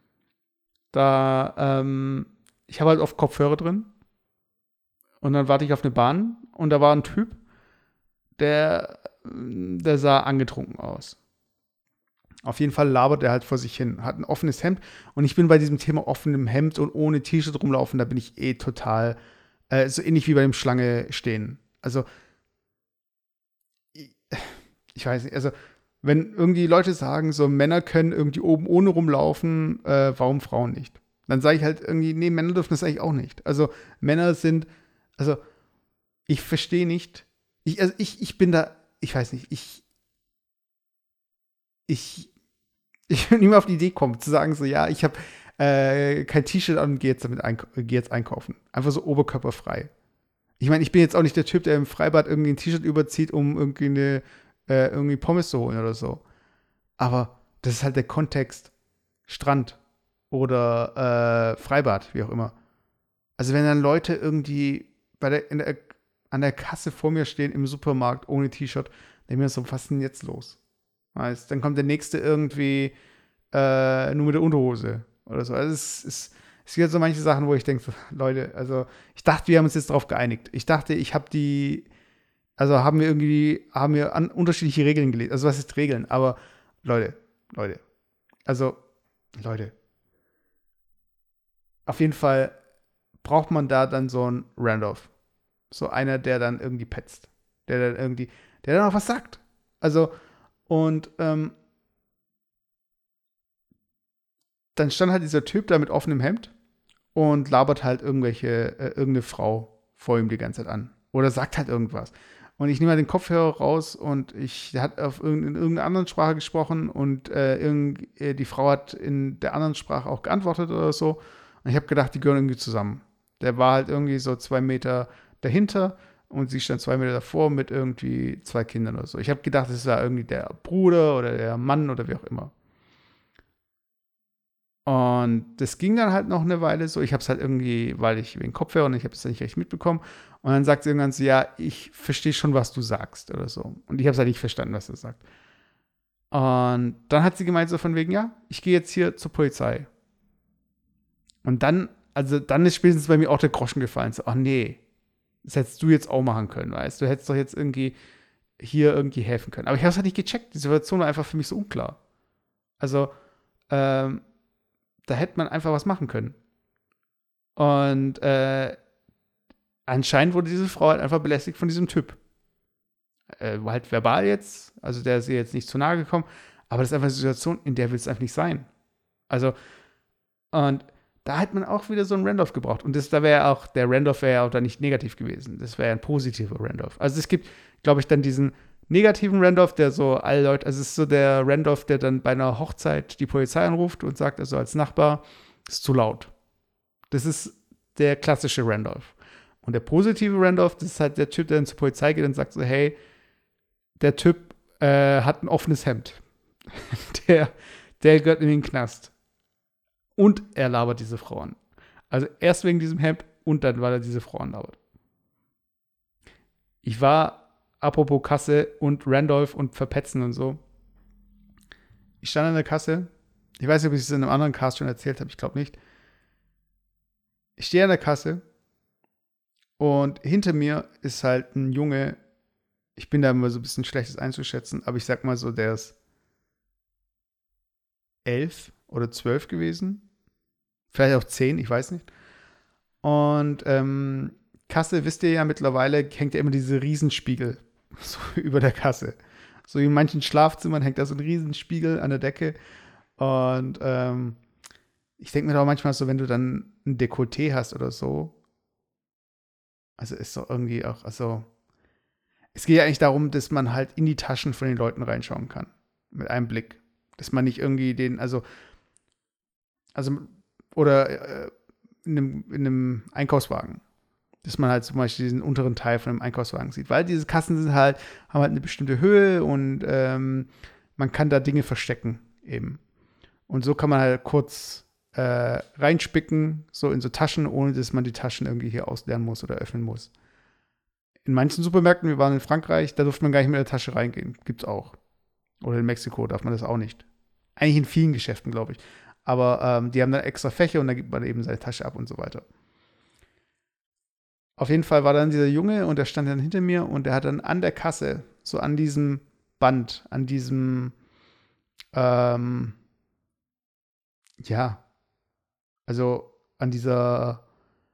da ich habe halt oft Kopfhörer drin und dann warte ich auf eine Bahn und da war ein Typ, der sah angetrunken aus. Auf jeden Fall labert er halt vor sich hin, hat ein offenes Hemd und ich bin bei diesem Thema offenem Hemd und ohne T-Shirt rumlaufen, da bin ich total, so ähnlich wie bei dem Schlange stehen. Also, ich weiß nicht, also, wenn irgendwie Leute sagen, so Männer können irgendwie oben ohne rumlaufen, warum Frauen nicht? Dann sage ich halt irgendwie, nee, Männer dürfen das eigentlich auch nicht. Also, Männer sind, also, ich verstehe nicht, ich bin da, ich weiß nicht, ich will nicht mehr auf die Idee kommen, zu sagen so, ja, ich habe kein T-Shirt an und gehe jetzt einkaufen. Einfach so oberkörperfrei. Ich meine, ich bin jetzt auch nicht der Typ, der im Freibad irgendwie ein T-Shirt überzieht, um irgendwie Pommes zu holen oder so. Aber das ist halt der Kontext Strand oder Freibad, wie auch immer. Also wenn dann Leute irgendwie an der Kasse vor mir stehen im Supermarkt ohne T-Shirt, denke ich mir so, was ist denn jetzt los? Weißt, dann kommt der nächste irgendwie nur mit der Unterhose oder so. Also es gibt halt so manche Sachen, wo ich denke, so, Leute, also ich dachte, wir haben uns jetzt darauf geeinigt. Ich dachte, haben wir an unterschiedliche Regeln gelegt. Also was ist Regeln? Aber Leute, also Leute, auf jeden Fall braucht man da dann so einen Randolph. So einer, der dann irgendwie petzt. Der dann auch was sagt. Also, und dann stand halt dieser Typ da mit offenem Hemd und labert halt irgendeine Frau vor ihm die ganze Zeit an. Oder sagt halt irgendwas. Und ich nehme halt den Kopfhörer raus und der hat in irgendeiner anderen Sprache gesprochen und die Frau hat in der anderen Sprache auch geantwortet oder so. Und ich habe gedacht, die gehören irgendwie zusammen. Der war halt irgendwie so 2 Meter dahinter und sie stand 2 Meter davor mit irgendwie 2 Kindern oder so. Ich habe gedacht, das war irgendwie der Bruder oder der Mann oder wie auch immer. Und das ging dann halt noch eine Weile so. Ich habe es halt irgendwie, weil ich wegen Kopfhörer und ich habe es nicht recht mitbekommen. Und dann sagt sie irgendwann so, ja, ich verstehe schon, was du sagst oder so. Und ich habe es halt nicht verstanden, was er sagt. Und dann hat sie gemeint so von wegen, ja, ich gehe jetzt hier zur Polizei. Und dann ist spätestens bei mir auch der Groschen gefallen. So, ach nee, das hättest du jetzt auch machen können, weißt du? Du hättest doch jetzt irgendwie hier irgendwie helfen können. Aber ich habe es halt nicht gecheckt. Die Situation war einfach für mich so unklar. Also, da hätte man einfach was machen können. Und anscheinend wurde diese Frau halt einfach belästigt von diesem Typ. Halt verbal jetzt, also der ist ihr jetzt nicht zu nahe gekommen, aber das ist einfach eine Situation, in der will es einfach nicht sein. Also, und da hat man auch wieder so einen Randolph gebraucht. Und der Randolph wäre ja auch da nicht negativ gewesen. Das wäre ja ein positiver Randolph. Also es gibt, glaube ich, dann diesen negativen Randolph, der so alle Leute, also es ist so der Randolph, der dann bei einer Hochzeit die Polizei anruft und sagt, also als Nachbar, ist zu laut. Das ist der klassische Randolph. Und der positive Randolph, das ist halt der Typ, der dann zur Polizei geht und sagt so, hey, der Typ hat ein offenes Hemd. der gehört in den Knast. Und er labert diese Frau an. Also erst wegen diesem Hemd und dann war da diese Frau andauert. Ich war, apropos Kasse und Randolph und Verpetzen und so. Ich stand an der Kasse. Ich weiß nicht, ob ich es in einem anderen Cast schon erzählt habe. Ich glaube nicht. Ich stehe an der Kasse und hinter mir ist halt ein Junge. Ich bin da immer so ein bisschen schlechtes einzuschätzen, aber ich sag mal so, der ist 11 oder 12 gewesen. Vielleicht auch 10, ich weiß nicht. Und Kasse, wisst ihr ja, mittlerweile hängt ja immer diese Riesenspiegel so über der Kasse. So in manchen Schlafzimmern hängt da so ein Riesenspiegel an der Decke. Und ich denke mir doch manchmal so, wenn du dann ein Dekolleté hast oder so, also ist doch irgendwie auch, also es geht ja eigentlich darum, dass man halt in die Taschen von den Leuten reinschauen kann. Mit einem Blick. Dass man nicht irgendwie oder in einem Einkaufswagen. Dass man halt zum Beispiel diesen unteren Teil von einem Einkaufswagen sieht. Weil diese Kassen haben halt eine bestimmte Höhe und man kann da Dinge verstecken eben. Und so kann man halt kurz reinspicken, so in so Taschen, ohne dass man die Taschen irgendwie hier ausleeren muss oder öffnen muss. In manchen Supermärkten, wir waren in Frankreich, da durfte man gar nicht mit der Tasche reingehen. Gibt's auch. Oder in Mexiko darf man das auch nicht. Eigentlich in vielen Geschäften, glaube ich. Aber die haben dann extra Fächer und da gibt man eben seine Tasche ab und so weiter. Auf jeden Fall war dann dieser Junge und der stand dann hinter mir und der hat dann an der Kasse, so an diesem Band, an diesem, also an dieser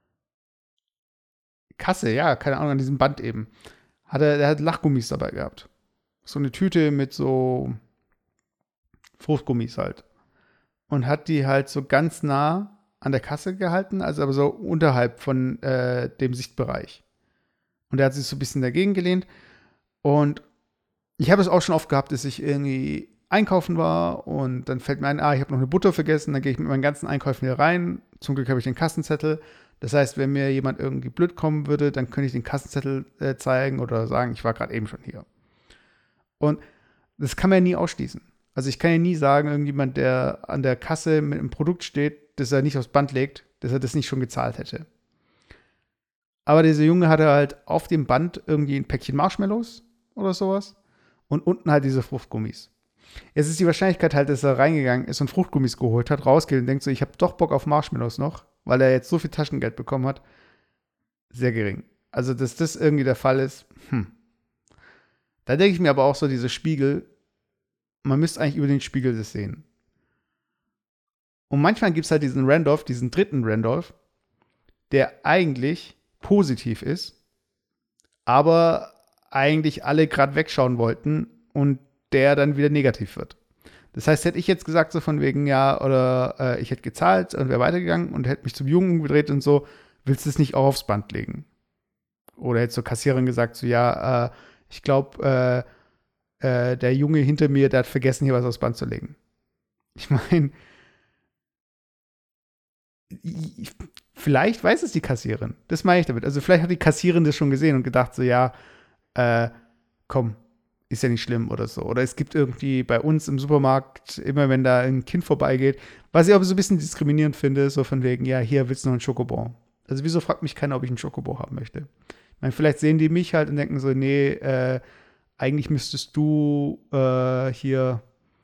Kasse, ja, keine Ahnung, an diesem Band eben, der hat Lachgummis dabei gehabt. So eine Tüte mit so Fruchtgummis halt. Und hat die halt so ganz nah an der Kasse gehalten, also aber so unterhalb von dem Sichtbereich. Und er hat sich so ein bisschen dagegen gelehnt. Und ich habe es auch schon oft gehabt, dass ich irgendwie einkaufen war und dann fällt mir ein, ich habe noch eine Butter vergessen, dann gehe ich mit meinen ganzen Einkäufen hier rein. Zum Glück habe ich den Kassenzettel. Das heißt, wenn mir jemand irgendwie blöd kommen würde, dann könnte ich den Kassenzettel zeigen oder sagen, ich war gerade eben schon hier. Und das kann man ja nie ausschließen. Also ich kann ja nie sagen, irgendjemand, der an der Kasse mit einem Produkt steht, das er nicht aufs Band legt, dass er das nicht schon gezahlt hätte. Aber dieser Junge hatte halt auf dem Band irgendwie ein Päckchen Marshmallows oder sowas und unten halt diese Fruchtgummis. Jetzt ist die Wahrscheinlichkeit halt, dass er reingegangen ist und Fruchtgummis geholt hat, rausgeht und denkt so, ich habe doch Bock auf Marshmallows noch, weil er jetzt so viel Taschengeld bekommen hat, sehr gering. Also, dass das irgendwie der Fall ist, Da denke ich mir aber auch so, diese Spiegel, man müsste eigentlich über den Spiegel das sehen. Und manchmal gibt es halt diesen Randolph, diesen dritten Randolph, der eigentlich positiv ist, aber eigentlich alle gerade wegschauen wollten und der dann wieder negativ wird. Das heißt, hätte ich jetzt gesagt, so von wegen, ja, oder ich hätte gezahlt und wäre weitergegangen und hätte mich zum Jungen gedreht und so, willst du es nicht auch aufs Band legen? Oder hätte zur Kassiererin gesagt, so, ja, ich glaube, der Junge hinter mir, der hat vergessen, hier was aufs Band zu legen. Ich meine, vielleicht weiß es die Kassiererin. Das meine ich damit. Also vielleicht hat die Kassiererin das schon gesehen und gedacht so, ja, komm, ist ja nicht schlimm oder so. Oder es gibt irgendwie bei uns im Supermarkt, immer wenn da ein Kind vorbeigeht, was ich aber so ein bisschen diskriminierend finde, so von wegen, ja, hier willst du noch einen Schokobon. Also wieso fragt mich keiner, ob ich einen Schokobon haben möchte? Ich meine, vielleicht sehen die mich halt und denken so, nee, eigentlich müsstest du hier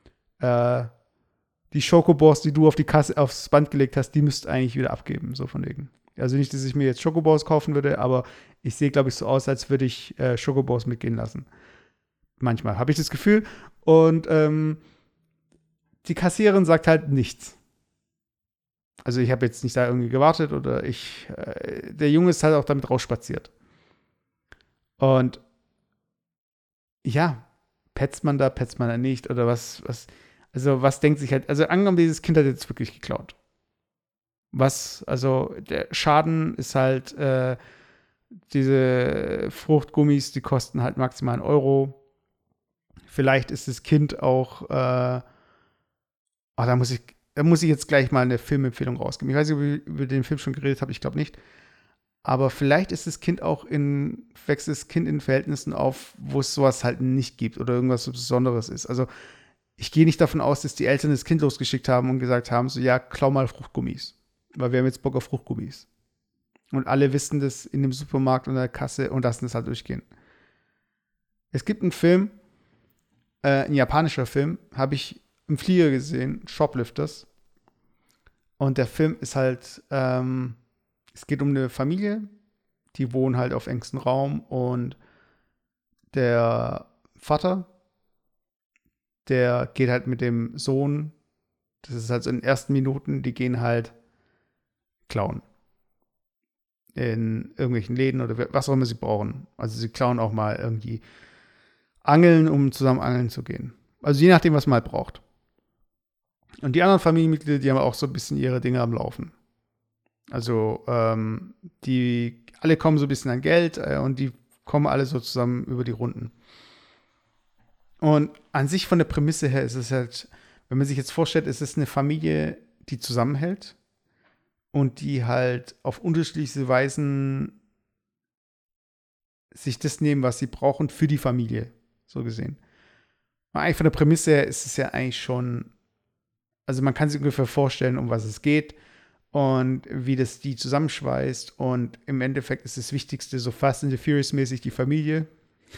die Schokobons, die du auf die Kasse, aufs Band gelegt hast, die müsst eigentlich wieder abgeben, so von wegen. Also nicht, dass ich mir jetzt Schokobons kaufen würde, aber ich sehe, glaube ich, so aus, als würde ich Schokobons mitgehen lassen. Manchmal habe ich das Gefühl. Und die Kassiererin sagt halt nichts. Also ich habe jetzt nicht da irgendwie gewartet oder der Junge ist halt auch damit rausspaziert. Und ja, petzt man da nicht oder was denkt sich halt, also angenommen, dieses Kind hat jetzt wirklich geklaut. Also der Schaden ist halt, diese Fruchtgummis, die kosten halt maximal 1 Euro. Vielleicht ist das Kind auch, da muss ich jetzt gleich mal eine Filmempfehlung rausgeben. Ich weiß nicht, ob ich über den Film schon geredet habe, ich glaube nicht. Aber vielleicht ist das Kind auch wächst das Kind in Verhältnissen auf, wo es sowas halt nicht gibt oder irgendwas so Besonderes ist. Also ich gehe nicht davon aus, dass die Eltern das Kind losgeschickt haben und gesagt haben, so ja, klau mal Fruchtgummis. Weil wir haben jetzt Bock auf Fruchtgummis. Und alle wissen das in dem Supermarkt und der Kasse und lassen das halt durchgehen. Es gibt einen Film, ein japanischer Film, habe ich im Flieger gesehen, Shoplifters. Und der Film ist halt, es geht um eine Familie, die wohnen halt auf engstem Raum und der Vater, der geht halt mit dem Sohn, das ist halt so in den ersten Minuten, die gehen halt klauen. In irgendwelchen Läden oder was auch immer sie brauchen. Also sie klauen auch mal irgendwie Angeln, um zusammen angeln zu gehen. Also je nachdem, was man halt braucht. Und die anderen Familienmitglieder, die haben auch so ein bisschen ihre Dinge am Laufen. Also die alle kommen so ein bisschen an Geld und die kommen alle so zusammen über die Runden. Und an sich von der Prämisse her ist es halt, wenn man sich jetzt vorstellt, es ist eine Familie, die zusammenhält und die halt auf unterschiedliche Weisen sich das nehmen, was sie brauchen für die Familie, so gesehen. Und eigentlich von der Prämisse her ist es ja eigentlich schon, also man kann sich ungefähr vorstellen, um was es geht und wie das die zusammenschweißt. Und im Endeffekt ist das Wichtigste so Fast and the Furious mäßig die Familie.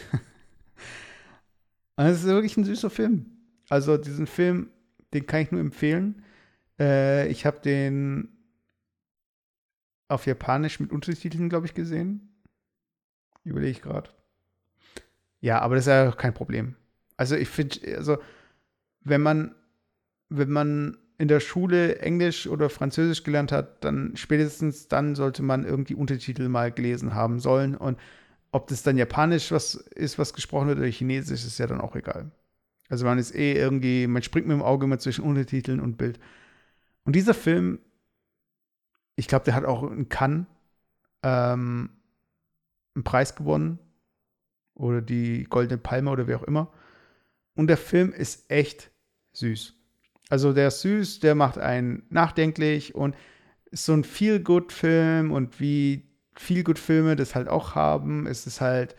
Und es ist wirklich ein süßer Film. Also diesen Film, den kann ich nur empfehlen. Ich habe den auf Japanisch mit Untertiteln, glaube ich, gesehen. Überlege ich gerade. Ja, aber das ist ja auch kein Problem. Also ich finde, also wenn man, wenn man in der Schule Englisch oder Französisch gelernt hat, dann spätestens dann sollte man irgendwie Untertitel mal gelesen haben sollen. Und ob das dann Japanisch was ist, was gesprochen wird, oder Chinesisch, ist ja dann auch egal. Also man ist eh irgendwie, man springt mit dem Auge immer zwischen Untertiteln und Bild. Und dieser Film, ich glaube, der hat auch in Cannes ähm, einen Preis gewonnen oder die Goldene Palme oder wie auch immer. Und der Film ist echt süß. Also der ist süß, der macht einen nachdenklich und ist so ein Feel-Good-Film und wie Feel-Good-Filme das halt auch haben, ist es halt,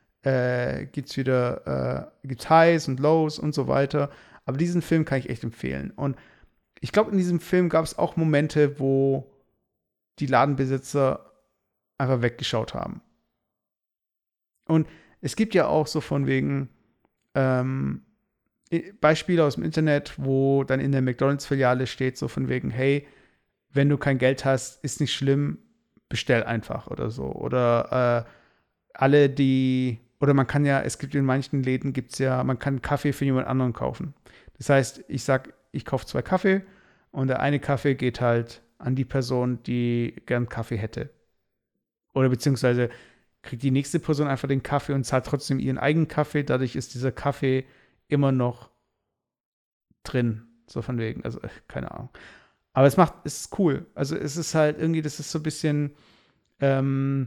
gibt's Highs und Lows und so weiter. Aber diesen Film kann ich echt empfehlen. Und ich glaube, in diesem Film gab es auch Momente, wo die Ladenbesitzer einfach weggeschaut haben. Und es gibt ja auch so von wegen ähm, Beispiele aus dem Internet, wo dann in der McDonalds-Filiale steht, so von wegen, hey, wenn du kein Geld hast, ist nicht schlimm, bestell einfach oder so. Oder alle, die, oder man kann ja, es gibt in manchen Läden, gibt es ja, man kann Kaffee für jemand anderen kaufen. Das heißt, ich sag, ich kaufe 2 Kaffee und der eine Kaffee geht halt an die Person, die gern Kaffee hätte. Oder beziehungsweise kriegt die nächste Person einfach den Kaffee und zahlt trotzdem ihren eigenen Kaffee. Dadurch ist dieser Kaffee immer noch drin. So von wegen, also keine Ahnung. Aber es ist cool. Also es ist halt irgendwie, das ist so ein bisschen, ähm,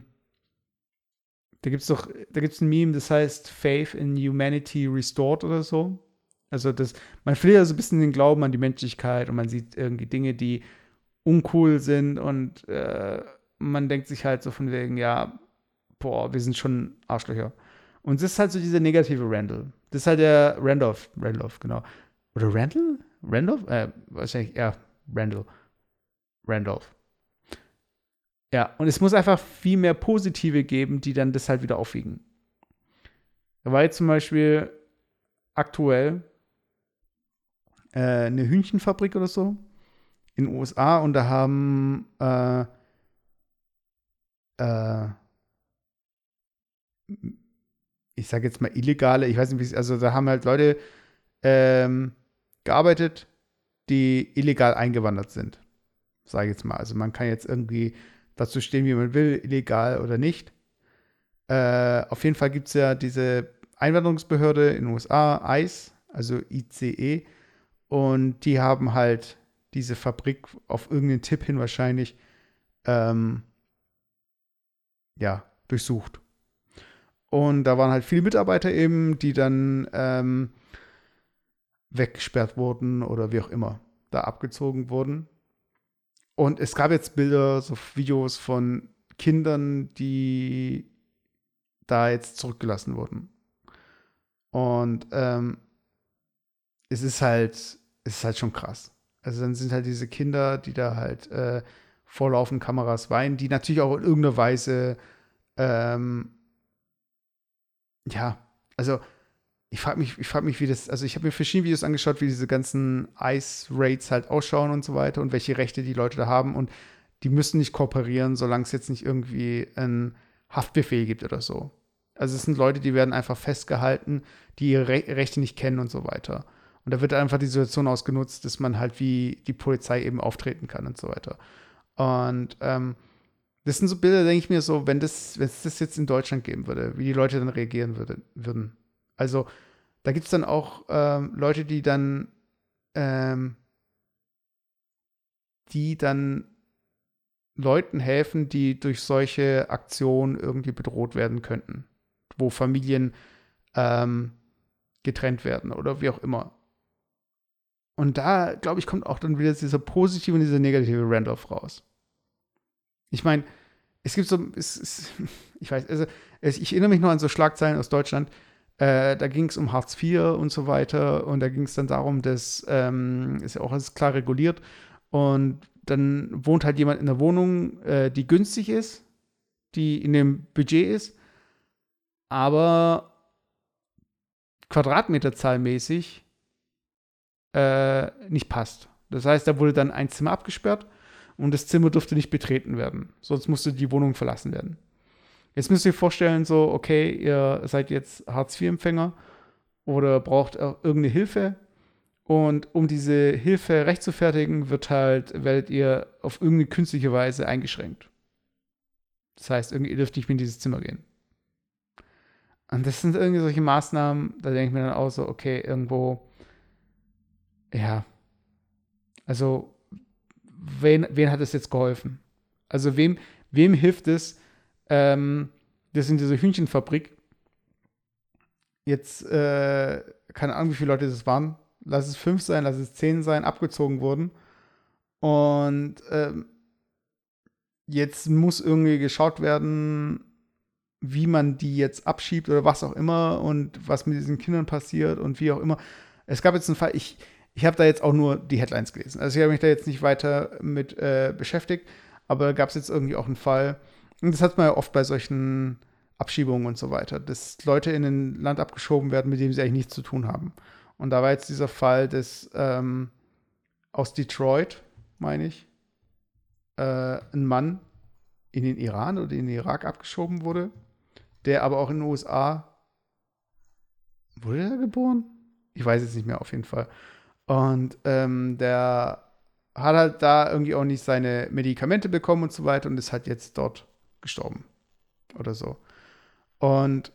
da gibt's ein Meme, das heißt Faith in Humanity Restored oder so. Also man verliert also ein bisschen den Glauben an die Menschlichkeit und man sieht irgendwie Dinge, die uncool sind und man denkt sich halt so von wegen, ja, boah, wir sind schon Arschlöcher. Und es ist halt so dieser negative Randall. Das ist halt der Randolph, genau. Oder Randall? Randolph? Wahrscheinlich eher Randall. Randolph. Ja, und es muss einfach viel mehr Positive geben, die dann das halt wieder aufwiegen. Da war jetzt zum Beispiel aktuell eine Hühnchenfabrik oder so in den USA und da haben äh, ich sage jetzt mal illegale, ich weiß nicht, also da haben halt Leute ähm, gearbeitet, die illegal eingewandert sind, sage ich jetzt mal. Also man kann jetzt irgendwie dazu stehen, wie man will, illegal oder nicht. Auf jeden Fall gibt es ja diese Einwanderungsbehörde in den USA, ICE, also ICE, und die haben halt diese Fabrik auf irgendeinen Tipp hin wahrscheinlich ähm, ja, durchsucht. Und da waren halt viele Mitarbeiter eben, die dann weggesperrt wurden oder wie auch immer, da abgezogen wurden. Und es gab jetzt Bilder, so Videos von Kindern, die da jetzt zurückgelassen wurden. Und es ist halt schon krass. Also dann sind halt diese Kinder, die da halt vor laufenden Kameras weinen, die natürlich auch in irgendeiner Weise, ja, also ich frag mich, wie das, also ich habe mir verschiedene Videos angeschaut, wie diese ganzen ICE-Raids halt ausschauen und so weiter und welche Rechte die Leute da haben und die müssen nicht kooperieren, solange es jetzt nicht irgendwie einen Haftbefehl gibt oder so. Also es sind Leute, die werden einfach festgehalten, die ihre Rechte nicht kennen und so weiter. Und da wird einfach die Situation ausgenutzt, dass man halt wie die Polizei eben auftreten kann und so weiter. Und das sind so Bilder, denke ich mir so, wenn es das jetzt in Deutschland geben würde, wie die Leute dann reagieren würden. Also da gibt es dann auch Leute, ähm, die dann Leuten helfen, die durch solche Aktionen irgendwie bedroht werden könnten, wo Familien ähm, getrennt werden oder wie auch immer. Und da, glaube ich, kommt auch dann wieder dieser positive und dieser negative Randolph raus. Ich meine, es gibt so, ich weiß, also ich erinnere mich noch an so Schlagzeilen aus Deutschland, da ging es um Hartz IV und so weiter und da ging es dann darum, dass ist ja auch alles klar reguliert und dann wohnt halt jemand in einer Wohnung, die günstig ist, die in dem Budget ist, aber quadratmeterzahlmäßig nicht passt. Das heißt, da wurde dann ein Zimmer abgesperrt und das Zimmer durfte nicht betreten werden. Sonst musste die Wohnung verlassen werden. Jetzt müsst ihr euch vorstellen, so, okay, ihr seid jetzt Hartz-IV-Empfänger oder braucht irgendeine Hilfe. Und um diese Hilfe rechtfertigen, werdet ihr auf irgendeine künstliche Weise eingeschränkt. Das heißt, irgendwie, ihr dürft nicht mehr in dieses Zimmer gehen. Und das sind irgendwie solche Maßnahmen, da denke ich mir dann auch so, okay, irgendwo, ja, also, wen hat es jetzt geholfen? Also, wem hilft es, das in dieser Hühnchenfabrik, jetzt, keine Ahnung, wie viele Leute das waren, lass es 5 sein, lass es 10 sein, abgezogen wurden. Und jetzt muss irgendwie geschaut werden, wie man die jetzt abschiebt oder was auch immer und was mit diesen Kindern passiert und wie auch immer. Es gab jetzt einen Fall, ich habe da jetzt auch nur die Headlines gelesen. Also ich habe mich da jetzt nicht weiter mit beschäftigt, aber da gab es jetzt irgendwie auch einen Fall. Und das hat man ja oft bei solchen Abschiebungen und so weiter, dass Leute in ein Land abgeschoben werden, mit dem sie eigentlich nichts zu tun haben. Und da war jetzt dieser Fall, dass aus Detroit, meine ich, ein Mann in den Iran oder in den Irak abgeschoben wurde, der aber auch in den USA, wurde er geboren? Ich weiß jetzt nicht mehr, auf jeden Fall. Und der hat halt da irgendwie auch nicht seine Medikamente bekommen und so weiter und ist halt jetzt dort gestorben oder so. Und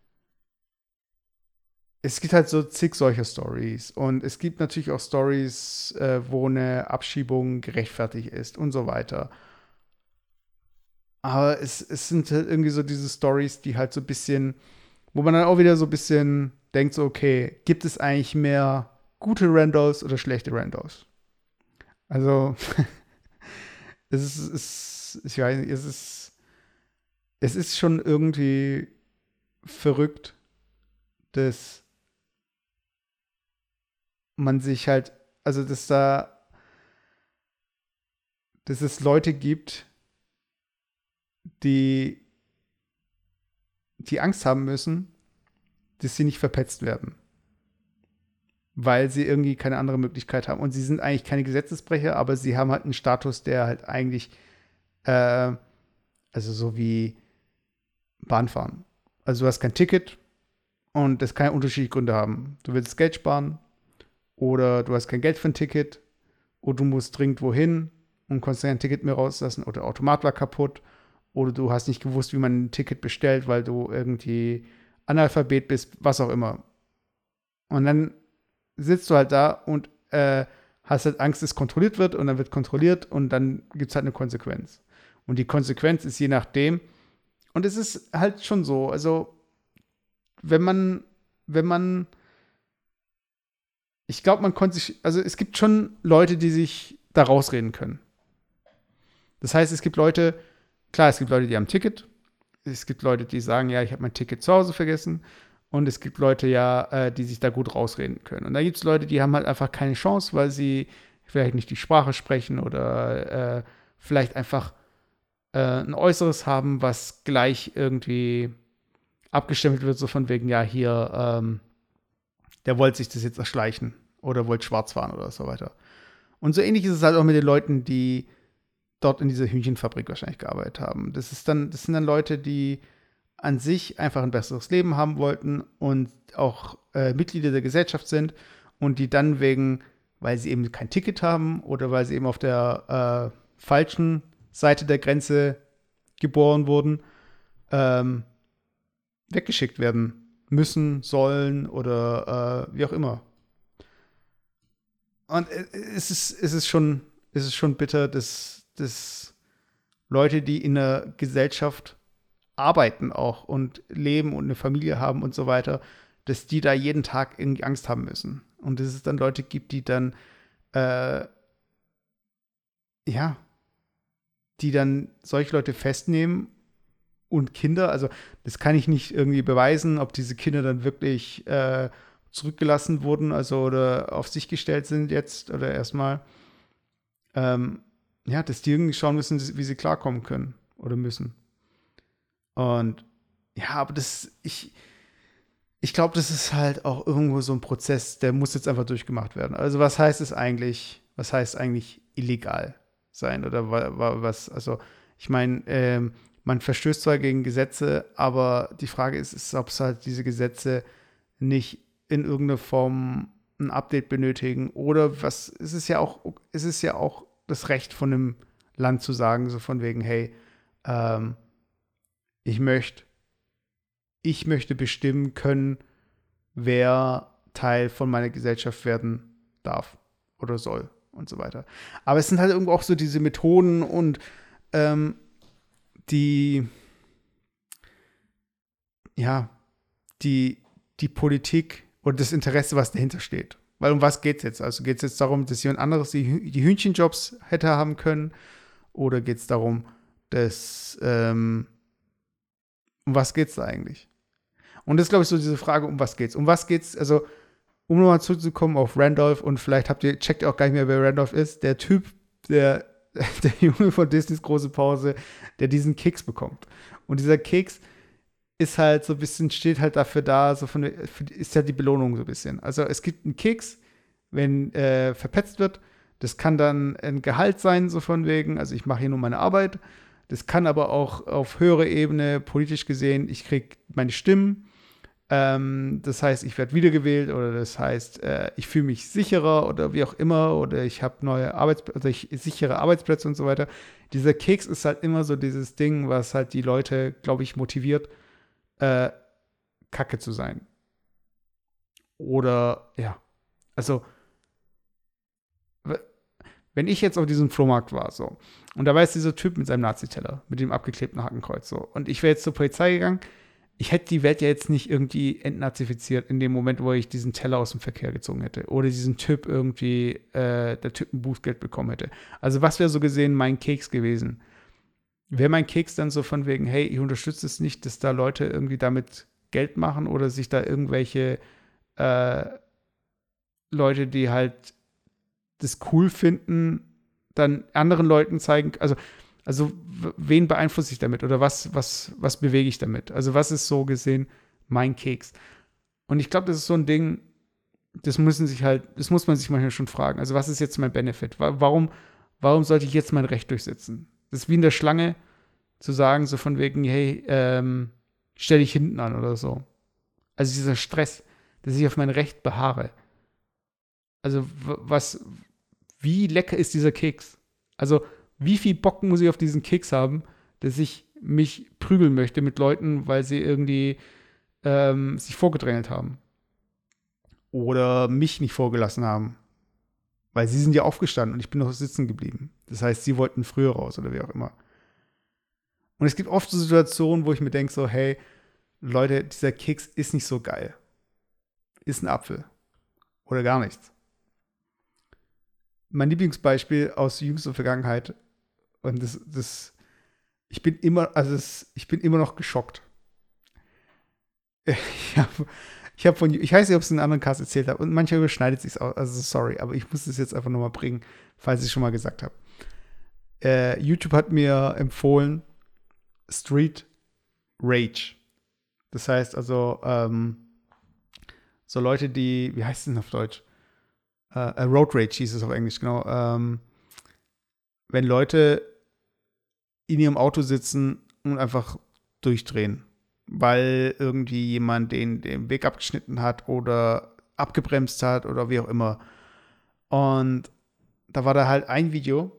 es gibt halt so zig solcher Stories. Und es gibt natürlich auch Stories, wo eine Abschiebung gerechtfertigt ist und so weiter. Aber es sind halt irgendwie so diese Stories, die halt so ein bisschen, wo man dann auch wieder so ein bisschen denkt, so, okay, gibt es eigentlich mehr gute Randolphs oder schlechte Randolphs? Also, ich weiß nicht, es ist schon irgendwie verrückt, dass man sich halt, also dass es Leute gibt, die, die Angst haben müssen, dass sie nicht verpetzt werden. Weil sie irgendwie keine andere Möglichkeit haben. Und sie sind eigentlich keine Gesetzesbrecher, aber sie haben halt einen Status, der halt eigentlich, also so wie Bahnfahren. Also du hast kein Ticket und das kann ja unterschiedliche Gründe haben. Du willst Geld sparen oder du hast kein Geld für ein Ticket oder du musst dringend wohin und konntest kein Ticket mehr rauslassen oder der Automat war kaputt oder du hast nicht gewusst, wie man ein Ticket bestellt, weil du irgendwie Analphabet bist, was auch immer. Und dann sitzt du halt da und hast halt Angst, dass es kontrolliert wird und dann wird kontrolliert und dann gibt es halt eine Konsequenz. Und die Konsequenz ist je nachdem, und es ist halt schon so, also wenn man, ich glaube, man konnte sich, also es gibt schon Leute, die sich da rausreden können. Das heißt, es gibt Leute, klar, es gibt Leute, die haben ein Ticket, es gibt Leute, die sagen, ja, ich habe mein Ticket zu Hause vergessen. Und es gibt Leute ja, die sich da gut rausreden können. Und da gibt es Leute, die haben halt einfach keine Chance, weil sie vielleicht nicht die Sprache sprechen oder vielleicht einfach ein Äußeres haben, was gleich irgendwie abgestempelt wird, so von wegen, ja, hier, der wollte sich das jetzt erschleichen oder wollte schwarz fahren oder so weiter. Und so ähnlich ist es halt auch mit den Leuten, die dort in dieser Hühnchenfabrik wahrscheinlich gearbeitet haben. Das sind dann Leute, die an sich einfach ein besseres Leben haben wollten und auch Mitglieder der Gesellschaft sind und die dann weil sie eben kein Ticket haben oder weil sie eben auf der falschen Seite der Grenze geboren wurden, weggeschickt werden müssen, sollen oder wie auch immer. Und es ist schon bitter, dass Leute, die in der Gesellschaft arbeiten auch und leben und eine Familie haben und so weiter, dass die da jeden Tag irgendwie Angst haben müssen. Und dass es dann Leute gibt, die dann, die dann solche Leute festnehmen und Kinder, also das kann ich nicht irgendwie beweisen, ob diese Kinder dann wirklich zurückgelassen wurden, also oder auf sich gestellt sind jetzt oder erstmal, dass die irgendwie schauen müssen, wie sie klarkommen können oder müssen. Und ja, aber ich glaube, das ist halt auch irgendwo so ein Prozess, der muss jetzt einfach durchgemacht werden. Also was heißt eigentlich illegal sein oder was, also ich meine, man verstößt zwar gegen Gesetze, aber die Frage ist, ob es halt diese Gesetze nicht in irgendeiner Form ein Update benötigen oder es ist ja auch das Recht von einem Land zu sagen, so von wegen, hey, ich möchte bestimmen können, wer Teil von meiner Gesellschaft werden darf oder soll und so weiter. Aber es sind halt irgendwo auch so diese Methoden und die Politik oder das Interesse, was dahinter steht. Weil um was geht es jetzt? Also geht es jetzt darum, dass jemand anderes die Hühnchenjobs hätte haben können? Oder geht es darum, dass um was geht es da eigentlich? Und das ist, glaube ich, so diese Frage, um was geht's? Um was geht's? Also, um nochmal zurückzukommen auf Randolph und vielleicht checkt ihr auch gar nicht mehr, wer Randolph ist. Der Typ, der Junge von Disneys große Pause, der diesen Keks bekommt. Und dieser Keks ist halt so ein bisschen, steht halt dafür da, ist ja die Belohnung so ein bisschen. Also es gibt einen Keks, wenn verpetzt wird. Das kann dann ein Gehalt sein, so von wegen, also ich mache hier nur meine Arbeit. Das kann aber auch auf höherer Ebene, politisch gesehen, ich kriege meine Stimmen. Das heißt, ich werde wiedergewählt oder das heißt, ich fühle mich sicherer oder wie auch immer oder ich habe neue Arbeitsplätze, ich sichere Arbeitsplätze und so weiter. Dieser Keks ist halt immer so dieses Ding, was halt die Leute, glaube ich, motiviert, Kacke zu sein. Oder, ja, also, wenn ich jetzt auf diesem Flohmarkt war, so, und da war jetzt dieser Typ mit seinem Nazi-Teller, mit dem abgeklebten Hakenkreuz, so, und ich wäre jetzt zur Polizei gegangen, ich hätte die Welt ja jetzt nicht irgendwie entnazifiziert in dem Moment, wo ich diesen Teller aus dem Verkehr gezogen hätte oder diesen Typ irgendwie, der Typ ein Bußgeld bekommen hätte. Also was wäre so gesehen mein Keks gewesen? Wäre mein Keks dann so von wegen, hey, ich unterstütze es nicht, dass da Leute irgendwie damit Geld machen oder sich da irgendwelche Leute, die halt das cool finden, dann anderen Leuten zeigen, also wen beeinflusse ich damit oder was bewege ich damit? Also was ist so gesehen mein Keks? Und ich glaube, das ist so ein Ding, das muss man sich manchmal schon fragen. Also was ist jetzt mein Benefit? Warum sollte ich jetzt mein Recht durchsetzen? Das ist wie in der Schlange zu sagen, so von wegen, hey, stell dich hinten an oder so. Also dieser Stress, dass ich auf mein Recht beharre. Also wie lecker ist dieser Keks? Also wie viel Bock muss ich auf diesen Keks haben, dass ich mich prügeln möchte mit Leuten, weil sie irgendwie sich vorgedrängelt haben. Oder mich nicht vorgelassen haben. Weil sie sind ja aufgestanden und ich bin noch sitzen geblieben. Das heißt, sie wollten früher raus oder wie auch immer. Und es gibt oft so Situationen, wo ich mir denke so, hey, Leute, dieser Keks ist nicht so geil. Ist ein Apfel. Oder gar nichts. Mein Lieblingsbeispiel aus jüngster Vergangenheit, und ich bin immer noch geschockt. Ich weiß nicht, ob es in einem anderen Cast erzählt habe, und manchmal überschneidet es sich auch, also sorry, aber ich muss es jetzt einfach nochmal bringen, falls ich es schon mal gesagt habe. YouTube hat mir empfohlen Street Rage. Das heißt also, so Leute, die, wie heißt es denn auf Deutsch? Road Rage hieß es auf Englisch, genau. Wenn Leute in ihrem Auto sitzen und einfach durchdrehen, weil irgendwie jemand den Weg abgeschnitten hat oder abgebremst hat oder wie auch immer. Und da war da halt ein Video,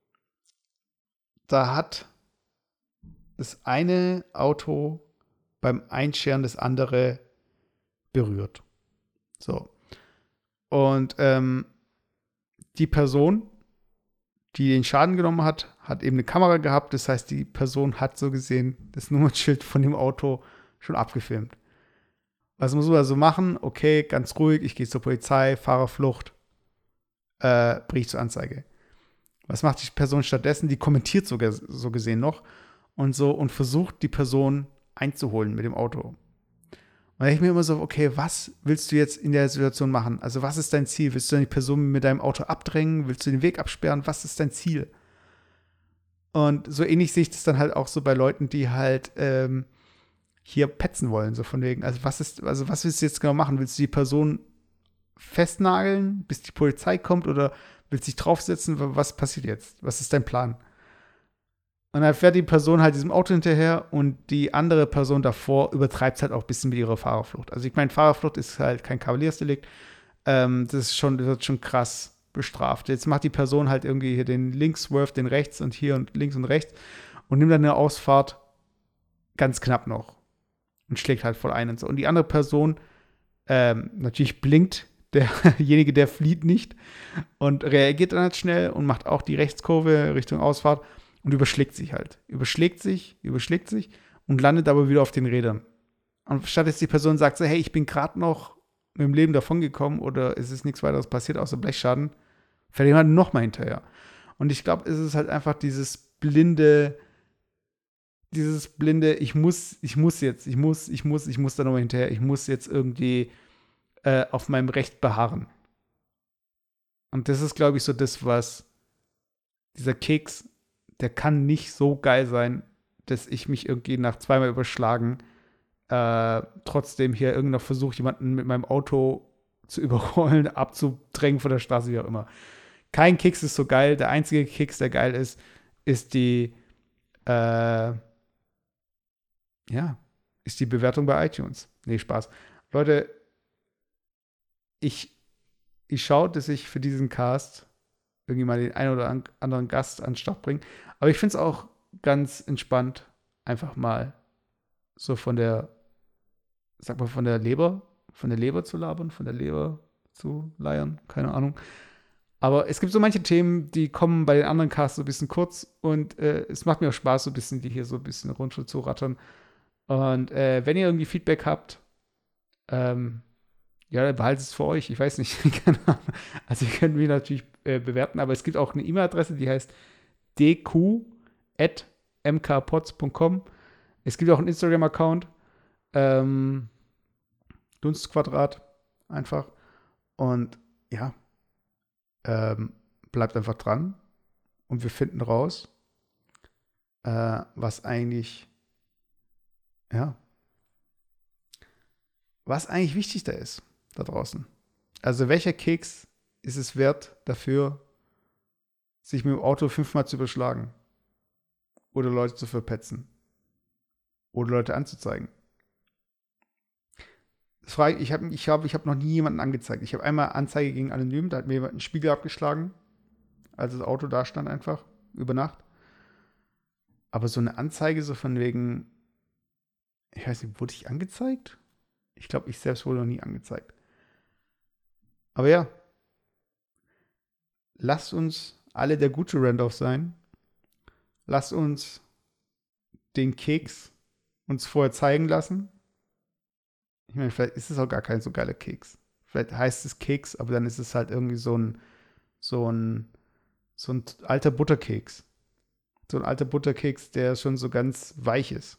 da hat das eine Auto beim Einscheren das andere berührt. So. Und die Person, die den Schaden genommen hat, hat eben eine Kamera gehabt. Das heißt, die Person hat so gesehen das Nummernschild von dem Auto schon abgefilmt. Was muss man also machen? Okay, ganz ruhig, ich gehe zur Polizei, Fahrerflucht, Brief zur Anzeige. Was macht die Person stattdessen? Die kommentiert sogar so gesehen noch und versucht, die Person einzuholen mit dem Auto. Und da denke ich mir immer so, okay, was willst du jetzt in der Situation machen? Also was ist dein Ziel? Willst du die Person mit deinem Auto abdrängen? Willst du den Weg absperren? Was ist dein Ziel? Und so ähnlich sehe ich das dann halt auch so bei Leuten, die halt hier petzen wollen, so von wegen. Also was willst du jetzt genau machen? Willst du die Person festnageln, bis die Polizei kommt oder willst du dich draufsetzen? Was passiert jetzt? Was ist dein Plan? Und dann fährt die Person halt diesem Auto hinterher und die andere Person davor übertreibt es halt auch ein bisschen mit ihrer Fahrerflucht. Also ich meine, Fahrerflucht ist halt kein Kavaliersdelikt. Das wird schon krass bestraft. Jetzt macht die Person halt irgendwie hier den Links-Swerve, den rechts und hier und links und rechts und nimmt dann eine Ausfahrt ganz knapp noch und schlägt halt voll ein und so. Und die andere Person, natürlich blinkt derjenige, der flieht nicht und reagiert dann halt schnell und macht auch die Rechtskurve Richtung Ausfahrt und überschlägt sich halt. Überschlägt sich und landet aber wieder auf den Rädern. Und statt dass die Person sagt so, hey, ich bin gerade noch mit dem Leben davongekommen oder es ist nichts weiteres passiert außer Blechschaden, fährt jemand noch mal hinterher. Und ich glaube, es ist halt einfach dieses blinde, ich muss da nochmal hinterher, ich muss jetzt irgendwie auf meinem Recht beharren. Und das ist, glaube ich, so das, was dieser Keks, der kann nicht so geil sein, dass ich mich irgendwie nach zweimal überschlagen trotzdem hier irgendeiner Versuch, jemanden mit meinem Auto zu überrollen, abzudrängen von der Straße, wie auch immer. Kein Keks ist so geil. Der einzige Keks, der geil ist die ist die Bewertung bei iTunes. Nee, Spaß. Leute, ich schaue, dass ich für diesen Cast irgendwie mal den einen oder anderen Gast an den Start bringe. Aber ich finde es auch ganz entspannt, einfach mal so von der Leber zu labern, von der Leber zu leiern, keine Ahnung. Aber es gibt so manche Themen, die kommen bei den anderen Casts so ein bisschen kurz und es macht mir auch Spaß, so ein bisschen die hier so ein bisschen rundschul zu rattern. Und wenn ihr irgendwie Feedback habt, ja, behaltet es für euch. Ich weiß nicht. Keine Ahnung. Also, ihr könnt mich natürlich bewerten, aber es gibt auch eine E-Mail-Adresse, die heißt dq@mkpods.com. Es gibt auch einen Instagram-Account. Dunstquadrat. Einfach. Und ja, bleibt einfach dran. Und wir finden raus, was eigentlich wichtig da ist, da draußen. Also welcher Keks ist es wert dafür, sich mit dem Auto 5-mal zu überschlagen? Oder Leute zu verpetzen? Oder Leute anzuzeigen? Das frage ich hab noch nie jemanden angezeigt. Ich habe einmal Anzeige gegen Anonym, da hat mir jemand einen Spiegel abgeschlagen, als das Auto da stand einfach, über Nacht. Aber so eine Anzeige so von wegen, ich weiß nicht, wurde ich angezeigt? Ich glaube, ich selbst wurde noch nie angezeigt. Aber ja, lasst uns alle der gute Randolph sein. Lasst uns den Keks uns vorher zeigen lassen. Ich meine, vielleicht ist es auch gar kein so geiler Keks. Vielleicht heißt es Keks, aber dann ist es halt irgendwie so ein alter Butterkeks. So ein alter Butterkeks, der schon so ganz weich ist.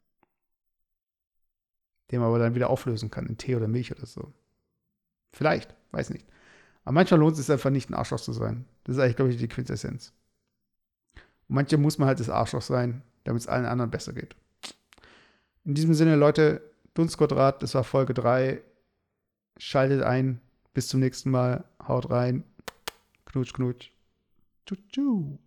Den man aber dann wieder auflösen kann in Tee oder Milch oder so. Vielleicht, weiß nicht. Aber manchmal lohnt es sich einfach nicht, ein Arschloch zu sein. Das ist eigentlich, glaube ich, die Quintessenz. Und manche muss man halt das Arschloch sein, damit es allen anderen besser geht. In diesem Sinne, Leute, Dunstquadrat, das war Folge 3. Schaltet ein. Bis zum nächsten Mal. Haut rein. Knutsch, knutsch. Tschu, tschu.